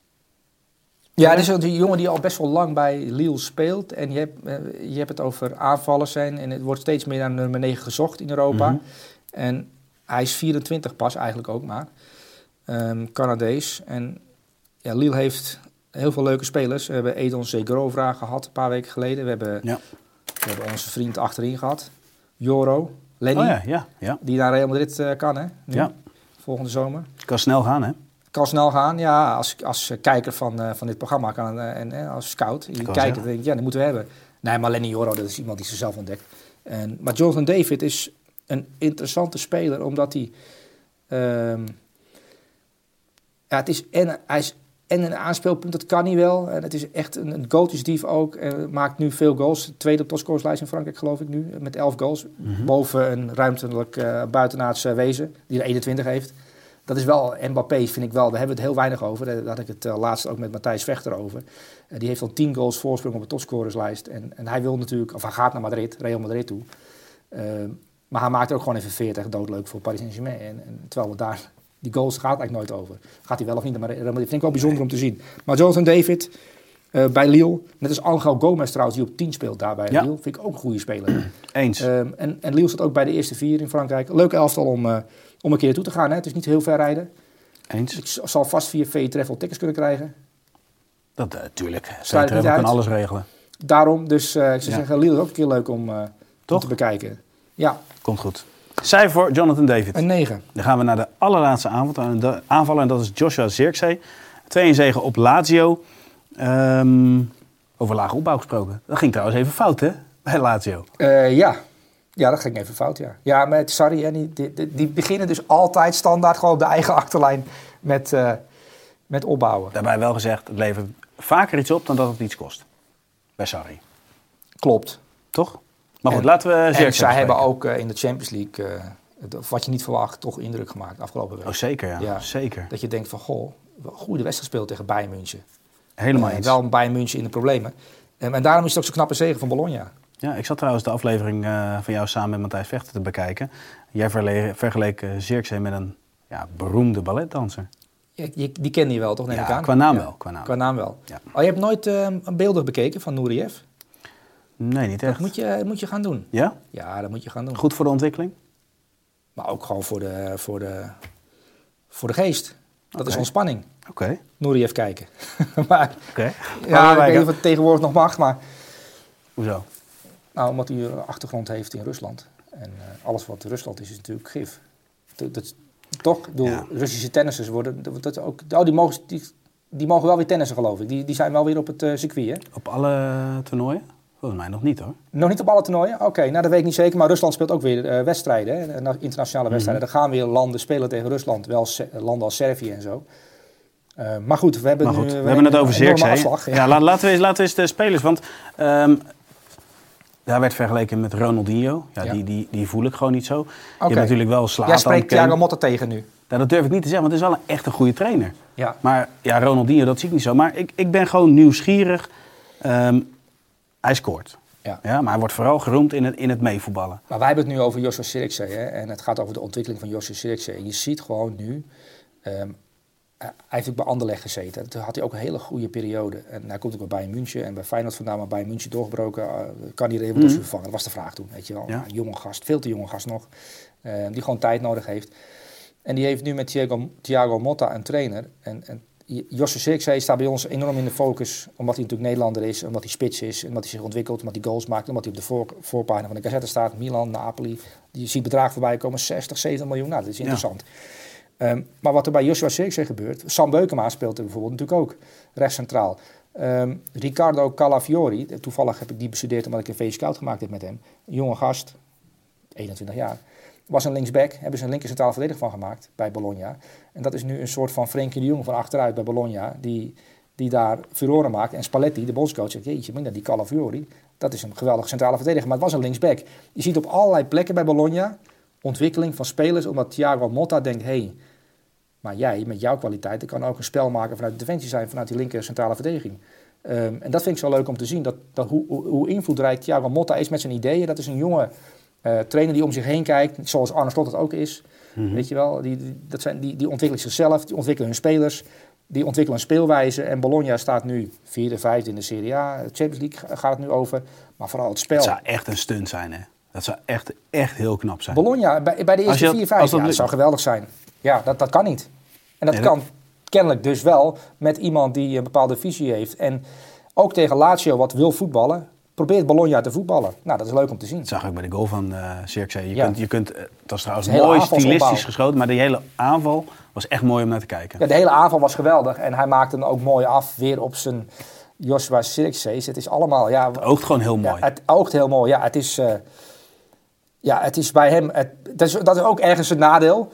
[SPEAKER 5] Ja, het is een jongen die al best wel lang bij Lille speelt. En je hebt, uh, je hebt het over aanvallers zijn. En het wordt steeds meer naar nummer negen gezocht in Europa. Mm-hmm. En hij is vierentwintig pas eigenlijk ook maar. Um, Canadees. En ja, Lille heeft heel veel leuke spelers. We hebben Edon Zegrova gehad een paar weken geleden. We hebben, ja. we hebben onze vriend achterin gehad. Joro, Lenny.
[SPEAKER 2] Oh ja, ja, ja.
[SPEAKER 5] Die naar Real Madrid uh, kan, hè? Nu,
[SPEAKER 2] ja.
[SPEAKER 5] Volgende zomer.
[SPEAKER 2] Kan snel gaan, hè?
[SPEAKER 5] Kan snel gaan, ja. Als, als kijker van, uh, van dit programma kan, uh, en uh, als scout. Je kijkt en denkt, ja, dat moeten we hebben. Nee, maar Lenny Joro, dat is iemand die zichzelf ontdekt. En, maar Jonathan David is een interessante speler, omdat hij... Um, ja, het is en, hij is en een aanspeelpunt, dat kan hij wel. En het is echt een, een goaltjesdief ook. En maakt nu veel goals. Tweede op topscorerslijst in Frankrijk, geloof ik nu. Met elf goals. Mm-hmm. Boven een ruimtelijk uh, buitenaards uh, wezen, die er eenentwintig heeft. Dat is wel, Mbappé vind ik wel, daar hebben we het heel weinig over. Daar had ik het uh, laatst ook met Matthijs Vechter over. Uh, die heeft al tien goals voorsprong op de topscorerslijst. En, en hij wil natuurlijk, of hij gaat naar Madrid, Real Madrid toe. Uh, maar hij maakt er ook gewoon even veertig, doodleuk voor Paris Saint-Germain. En, en terwijl we daar, die goals gaat eigenlijk nooit over. Gaat hij wel of niet, maar dat vind ik wel bijzonder om te zien. Maar Jonathan David uh, bij Lille, net als Angel Gomez trouwens, die op tien speelt daar bij ja. Lille, vind ik ook een goede speler.
[SPEAKER 2] Eens.
[SPEAKER 5] Um, en, en Lille staat ook bij de eerste vier in Frankrijk. Leuke elftal om... Uh, Om een keer naartoe te gaan, hè? Het is niet heel ver rijden.
[SPEAKER 2] Eens.
[SPEAKER 5] Ik zal vast via V Travel tickets kunnen krijgen.
[SPEAKER 2] Dat natuurlijk. Uh, V Travel kan alles regelen.
[SPEAKER 5] Daarom, dus uh, ik zou ja. zeggen, Lille is ook een keer leuk om, uh, om te bekijken. Ja.
[SPEAKER 2] Komt goed. Cijfer voor Jonathan David.
[SPEAKER 5] Een negen.
[SPEAKER 2] Dan gaan we naar de allerlaatste aanvaller en dat is Joshua Zirkzee. twee een zege op Lazio. Um, over lage opbouw gesproken. Dat ging trouwens even fout, hè? Bij Lazio.
[SPEAKER 5] Uh, ja. Ja, dat ging even fout, ja. Ja, met Sarri, hè, die, die, die beginnen dus altijd standaard gewoon op de eigen achterlijn met, uh, met opbouwen.
[SPEAKER 2] Daarbij wel gezegd, het levert vaker iets op dan dat het iets kost. Bij Sarri.
[SPEAKER 5] Klopt.
[SPEAKER 2] Toch? Maar goed,
[SPEAKER 5] en,
[SPEAKER 2] laten we Zirkzee
[SPEAKER 5] En zij hebben ook uh, in de Champions League, uh, wat je niet verwacht, toch indruk gemaakt afgelopen week.
[SPEAKER 2] Oh, zeker, ja. ja. Zeker.
[SPEAKER 5] Dat je denkt van, goh, goede wedstrijd gespeeld tegen Bayern München.
[SPEAKER 2] Helemaal
[SPEAKER 5] uh,
[SPEAKER 2] eens.
[SPEAKER 5] Wel een Bayern München in de problemen. Um, en daarom is het ook zo'n knappe zege van Bologna.
[SPEAKER 2] Ja, ik zat trouwens de aflevering uh, van jou samen met Matthijs Vechter te bekijken. Jij verle- vergeleek uh, Zirkzee met een ja, beroemde balletdanser.
[SPEAKER 5] Ja, je, die kende je wel, toch? Neem
[SPEAKER 2] ja,
[SPEAKER 5] ik aan?
[SPEAKER 2] Qua naam
[SPEAKER 5] ja,
[SPEAKER 2] wel. Qua naam,
[SPEAKER 5] qua naam wel.
[SPEAKER 2] Ja.
[SPEAKER 5] Oh, je hebt nooit uh, een beelden bekeken van Nouriev?
[SPEAKER 2] Nee, niet echt.
[SPEAKER 5] Dat moet je, moet je gaan doen.
[SPEAKER 2] Ja?
[SPEAKER 5] Ja, dat moet je gaan doen.
[SPEAKER 2] Goed voor de ontwikkeling?
[SPEAKER 5] Maar ook gewoon voor de, voor de, voor de geest. Dat
[SPEAKER 2] okay.
[SPEAKER 5] is ontspanning.
[SPEAKER 2] Oké. Okay.
[SPEAKER 5] Nouriev kijken. maar,
[SPEAKER 2] okay.
[SPEAKER 5] Ja, ik weet niet of het tegenwoordig nog mag, maar...
[SPEAKER 2] Hoezo?
[SPEAKER 5] Nou, omdat hij een achtergrond heeft in Rusland. En uh, alles wat Rusland is, is natuurlijk gif. Dat, dat, toch? Ik bedoel, ja. Russische tennissers worden... Dat, dat ook, oh, die, mogen, die, die mogen wel weer tennissen, geloof ik. Die, die zijn wel weer op het uh, circuit, hè?
[SPEAKER 2] Op alle toernooien? Volgens mij nog niet, hoor.
[SPEAKER 5] Nog niet op alle toernooien? Oké, okay, nou dat weet ik niet zeker. Maar Rusland speelt ook weer uh, wedstrijden, hè? Internationale wedstrijden. Mm-hmm. Er gaan weer landen spelen tegen Rusland. Wel se- landen als Servië en zo. Uh, maar goed, we hebben,
[SPEAKER 2] maar goed,
[SPEAKER 5] nu,
[SPEAKER 2] we
[SPEAKER 5] we
[SPEAKER 2] hebben het over Zirkzee.
[SPEAKER 5] Ja,
[SPEAKER 2] ja laten, laten, we eens, laten we eens de spelers... Want um, daar werd vergeleken met Ronaldinho. Ja, ja. Die, die, die voel ik gewoon niet zo. Okay. Je hebt natuurlijk wel Zlatan.
[SPEAKER 5] Jij spreekt Thiago Motta tegen nu.
[SPEAKER 2] Ja, dat durf ik niet te zeggen, want het is wel een echt een goede trainer.
[SPEAKER 5] Ja.
[SPEAKER 2] Maar ja, Ronaldinho, dat zie ik niet zo. Maar ik, ik ben gewoon nieuwsgierig. Um, hij scoort. Ja. Ja, maar hij wordt vooral geroemd in het, in het meevoetballen.
[SPEAKER 5] Maar wij hebben het nu over Joshua Zirkzee. Hè? En het gaat over de ontwikkeling van Joshua Zirkzee. En je ziet gewoon nu... Um, hij heeft ook bij Anderlecht gezeten. Toen had hij ook een hele goede periode. En hij komt ook bij Bayern München. En bij Feyenoord vandaan, maar Bayern München doorgebroken. Uh, kan hij er even mm. tussen vervangen? Dat was de vraag toen. Weet je wel. Ja. Een jonge gast, veel te jonge gast nog. Uh, die gewoon tijd nodig heeft. En die heeft nu met Thiago, Thiago Motta een trainer. En, en Joshua Zirkzee staat bij ons enorm in de focus. Omdat hij natuurlijk Nederlander is. Omdat hij spits is. Omdat hij zich ontwikkelt. Omdat hij goals maakt. Omdat hij op de voor, voorpagina van de Gazzetta staat. Milan, Napoli. Je ziet bedragen voorbij komen. zestig, zeventig miljoen. Nou, dat is interessant. Ja. Um, maar wat er bij Joshua Zirkzee gebeurt... Sam Beukema speelt er bijvoorbeeld natuurlijk ook rechtscentraal. Um, Riccardo Calafiori, toevallig heb ik die bestudeerd... omdat ik een V-scout gemaakt heb met hem. Een jonge gast, eenentwintig jaar. Was een linksback, hebben ze een linker centrale verdediger van gemaakt bij Bologna. En dat is nu een soort van Frenkie de Jong van achteruit bij Bologna... die, die daar furoren maakt. En Spalletti, de bondscoach, zegt... jeetje, meen dat die Calafiori, dat is een geweldige centrale verdediger... maar het was een linksback. Je ziet op allerlei plekken bij Bologna... ontwikkeling van spelers, omdat Thiago Motta denkt... hey, Maar jij, met jouw kwaliteiten, kan ook een spel maken vanuit de defensie zijn, vanuit die linker centrale verdediging. Um, en dat vind ik zo leuk om te zien, dat, dat hoe, hoe, hoe invloedrijk Thiago Motta is met zijn ideeën. Dat is een jonge uh, trainer die om zich heen kijkt, zoals Arne Slot het ook is. Mm-hmm. Weet je wel, die, die, dat zijn, die, die ontwikkelen zichzelf, die ontwikkelen hun spelers, die ontwikkelen een speelwijze. En Bologna staat nu vierde, vijfde in de Serie A. De Champions League gaat het nu over, maar vooral het spel.
[SPEAKER 2] Het zou echt een stunt zijn, hè? Dat zou echt, echt heel knap zijn.
[SPEAKER 5] Bologna, bij, bij de eerste vier, vijf, ja, dat zou geweldig zijn. Ja, dat, dat kan niet. En dat nee, kan dat... kennelijk dus wel met iemand die een bepaalde visie heeft. En ook tegen Lazio wat wil voetballen, probeert Bologna te voetballen. Nou, dat is leuk om te zien. Dat
[SPEAKER 2] zag ik bij de goal van uh, Zirkzee. Je
[SPEAKER 5] ja.
[SPEAKER 2] kunt, je kunt, het was trouwens mooi stilistisch geschoten, maar de hele aanval was echt mooi om naar te kijken.
[SPEAKER 5] Ja, de hele aanval was geweldig. En hij maakte hem ook mooi af, weer op zijn Joshua Zirkzee. Het is allemaal... Ja,
[SPEAKER 2] het oogt gewoon heel mooi.
[SPEAKER 5] Ja, het oogt heel mooi, ja. Het is, uh, ja, het is bij hem... Het, dat, is, dat is ook ergens het nadeel.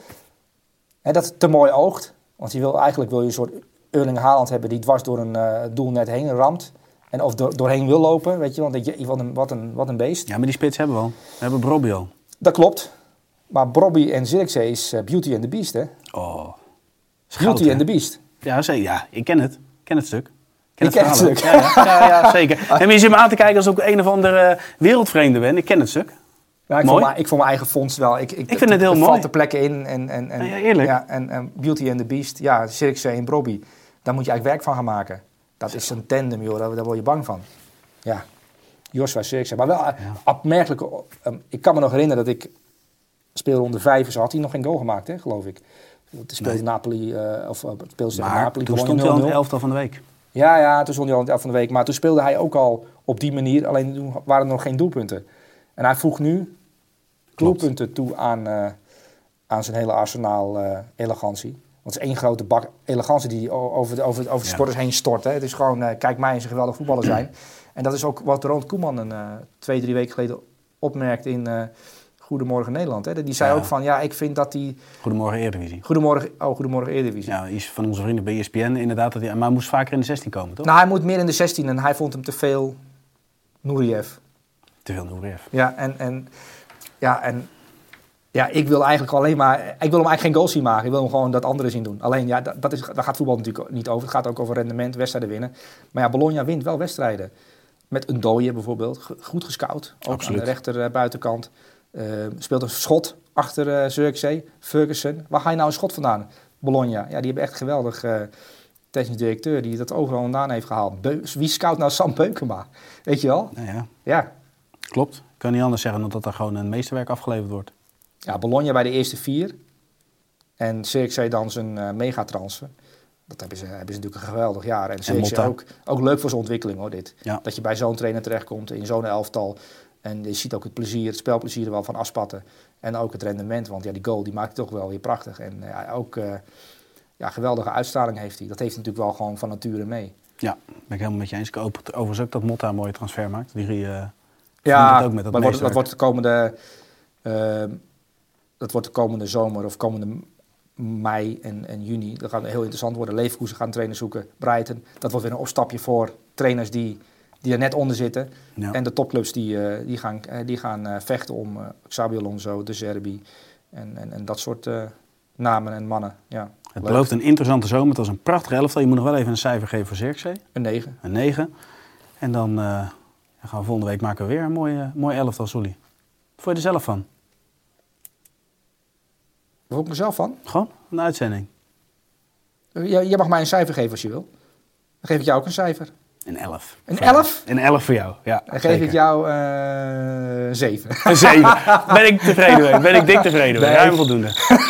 [SPEAKER 5] Hè, dat het te mooi oogt. Want je wil, eigenlijk wil je een soort Erling Haaland hebben die dwars door een uh, doel net heen ramt. En of door, doorheen wil lopen, weet je. Want je, wat, een, wat, een, wat een beest.
[SPEAKER 2] Ja, maar die spits hebben we al. We hebben Brobby al.
[SPEAKER 5] Dat klopt. Maar Brobby en Zirkzee is uh, Beauty and the Beast, hè?
[SPEAKER 2] Oh.
[SPEAKER 5] Beauty
[SPEAKER 2] Goud,
[SPEAKER 5] and the Beast.
[SPEAKER 2] Ja, zeker. Ja, ik ken het. Ik ken het stuk.
[SPEAKER 5] Ik ken het, het stuk.
[SPEAKER 2] Ja, ja, ja, ja, zeker. En je zit me aan te kijken als ik een of andere wereldvreemde ben. Ik ken het stuk.
[SPEAKER 5] Ja, ik, vond mijn, ik vond mijn eigen fonds wel. Ik, ik,
[SPEAKER 2] ik vind het heel mooi.
[SPEAKER 5] Er valt de plekken in. En, en, en,
[SPEAKER 2] ja, eerlijk.
[SPEAKER 5] Ja, en, en Beauty and the Beast. Ja, Zirkzee en Brobby. Daar moet je eigenlijk werk van gaan maken. Dat is een tandem, joh. Daar, daar word je bang van. Ja. Joshua Zirkzee. Maar wel ja. opmerkelijk. Um, ik kan me nog herinneren dat ik speelde onder vijf. Zo had hij nog geen goal gemaakt, hè, geloof ik. Toen speelde nee. Napoli. Uh, of uh, speelde
[SPEAKER 2] maar
[SPEAKER 5] Napoli.
[SPEAKER 2] toen stond hij al in het elftal van de week.
[SPEAKER 5] Ja, ja, toen stond hij al in het elftal van de week. Maar toen speelde hij ook al op die manier. Alleen toen waren er nog geen doelpunten. En hij voegt nu doelpunten toe aan, uh, aan zijn hele arsenaal uh, elegantie. Want het is één grote bak elegantie die over de, over de, over de sporters ja. heen stort. Hè. Het is gewoon, uh, kijk mij eens een geweldig voetballer zijn. En dat is ook wat Ronald Koeman een, uh, twee, drie weken geleden opmerkte in uh, Goedemorgen Nederland. Hè. Die zei ja. ook van, ja, ik vind dat die...
[SPEAKER 2] Goedemorgen Eredivisie.
[SPEAKER 5] Goedemorgen, oh, Goedemorgen Eredivisie.
[SPEAKER 2] Ja, iets van onze vrienden bij E S P N inderdaad. Dat hij, maar hij moest vaker in de zestien komen, toch?
[SPEAKER 5] Nou, hij moet meer in de zestien en hij vond hem te veel Nouriev.
[SPEAKER 2] Te veel Nouriev.
[SPEAKER 5] Ja, en... en Ja, en ja, ik wil eigenlijk alleen maar... Ik wil hem eigenlijk geen goals zien maken. Ik wil hem gewoon dat anderen zien doen. Alleen, ja, dat, dat is, daar gaat voetbal natuurlijk niet over. Het gaat ook over rendement, wedstrijden winnen. Maar ja, Bologna wint wel wedstrijden. Met een dooie bijvoorbeeld. Goed gescout. Ook Absoluut. Aan de rechter uh, buitenkant. Uh, speelt een schot achter uh, Zirkzee. Ferguson. Waar ga je nou een schot vandaan? Bologna. Ja, die hebben echt geweldig... Uh, technisch directeur die dat overal vandaan heeft gehaald. Beu- Wie scout nou Sam Beukema? Weet je wel?
[SPEAKER 2] Nou ja.
[SPEAKER 5] Ja.
[SPEAKER 2] Klopt. Ik kan niet anders zeggen dan dat er gewoon een meesterwerk afgeleverd wordt.
[SPEAKER 5] Ja, Bologna bij de eerste vier. En Zirkzee dan zijn uh, megatransfer. Dat hebben ze, hebben ze natuurlijk een geweldig jaar. En Zirkzee ook, ook leuk voor zijn ontwikkeling, hoor, dit. Ja. Dat je bij zo'n trainer terechtkomt, in zo'n elftal. En je ziet ook het plezier, het spelplezier er wel van afspatten. En ook het rendement, want ja, die goal die maakt hij toch wel weer prachtig. En ja, ook uh, ja, geweldige uitstraling heeft hij. Dat heeft hij natuurlijk wel gewoon van nature mee.
[SPEAKER 2] Ja, ben ik helemaal met je eens. Ik hoop overigens ook dat Motta een mooie transfer maakt. Die uh,
[SPEAKER 5] ja,
[SPEAKER 2] het ook met dat,
[SPEAKER 5] maar wordt, dat wordt de komende... Uh, dat wordt de komende zomer of komende mei en, en juni. Dat gaat heel interessant worden. Leverkusen gaan trainers zoeken. Brighton. Dat wordt weer een opstapje voor trainers die, die er net onder zitten. Ja. En de topclubs die, uh, die gaan, uh, die gaan uh, vechten om uh, Xabi Alonso, De Zerbi en, en, en dat soort uh, namen en mannen. Ja,
[SPEAKER 2] het belooft een interessante zomer. Het was een prachtige elftal. Je moet nog wel even een cijfer geven voor Zirkzee.
[SPEAKER 5] Een negen.
[SPEAKER 2] Een negen. En dan uh, gaan we volgende week maken we weer een mooie, mooie elftal, Solly. Wat vond je er zelf van?
[SPEAKER 5] Waar vond ik mezelf van?
[SPEAKER 2] Gewoon een uitzending.
[SPEAKER 5] Je, je mag mij een cijfer geven als je wil. Dan geef ik jou ook een cijfer.
[SPEAKER 2] Een elf.
[SPEAKER 5] Een elf?
[SPEAKER 2] Een elf voor jou, ja.
[SPEAKER 5] Dan geef ik jou uh, een zeven.
[SPEAKER 2] Een zeven. Ben ik tevreden mee. Ben ik dik tevreden mee. Nee. Ruim voldoende.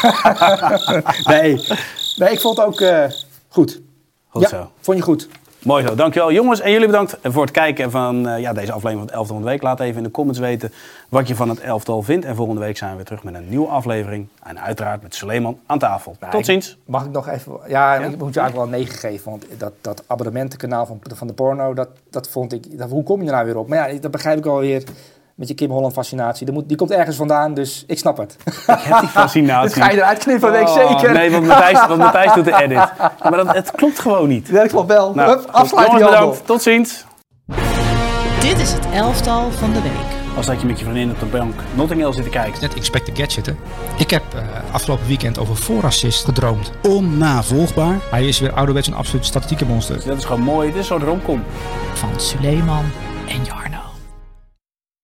[SPEAKER 5] nee. Nee, ik vond het ook uh, goed.
[SPEAKER 2] Goed
[SPEAKER 5] ja,
[SPEAKER 2] zo.
[SPEAKER 5] Vond je goed.
[SPEAKER 2] Mooi zo, dankjewel jongens. En jullie bedankt voor het kijken van uh, ja, deze aflevering van het elftal van de week. Laat even in de comments weten wat je van het elftal vindt. En volgende week zijn we weer terug met een nieuwe aflevering. En uiteraard met Suleiman aan tafel. Ja, Tot ziens.
[SPEAKER 5] Mag ik nog even... Ja, ja? ik moet je eigenlijk wel een negen geven. Want dat, dat abonnementenkanaal van, van de porno, dat, dat vond ik... Dat, hoe kom je er nou weer op? Maar ja, dat begrijp ik alweer met je Kim Holland fascinatie. Die, moet, die komt ergens vandaan, dus ik snap het.
[SPEAKER 2] Ik heb die fascinatie.
[SPEAKER 5] Dat ga je eruit knippen, weet ik oh, zeker.
[SPEAKER 2] Nee, want Matthijs, want Matthijs doet de edit. Ja, maar dat, het klopt gewoon niet.
[SPEAKER 5] Ja, dat klopt wel.
[SPEAKER 2] Nou,
[SPEAKER 5] Hup, afsluit
[SPEAKER 2] jongens, bedankt. Tot ziens.
[SPEAKER 1] Dit is het elftal van de week.
[SPEAKER 2] als dat je met je vriendin op de bank Notting Hill zit te kijken.
[SPEAKER 3] Net Inspector Gadget, hè. Ik heb uh, afgelopen weekend over Voorassist gedroomd.
[SPEAKER 2] Onnavolgbaar.
[SPEAKER 3] Hij is weer ouderwets een absoluut statistiekenmonster.
[SPEAKER 2] Dat is gewoon mooi. Dit is zo'n romcom.
[SPEAKER 1] Van Suleiman en Jarno.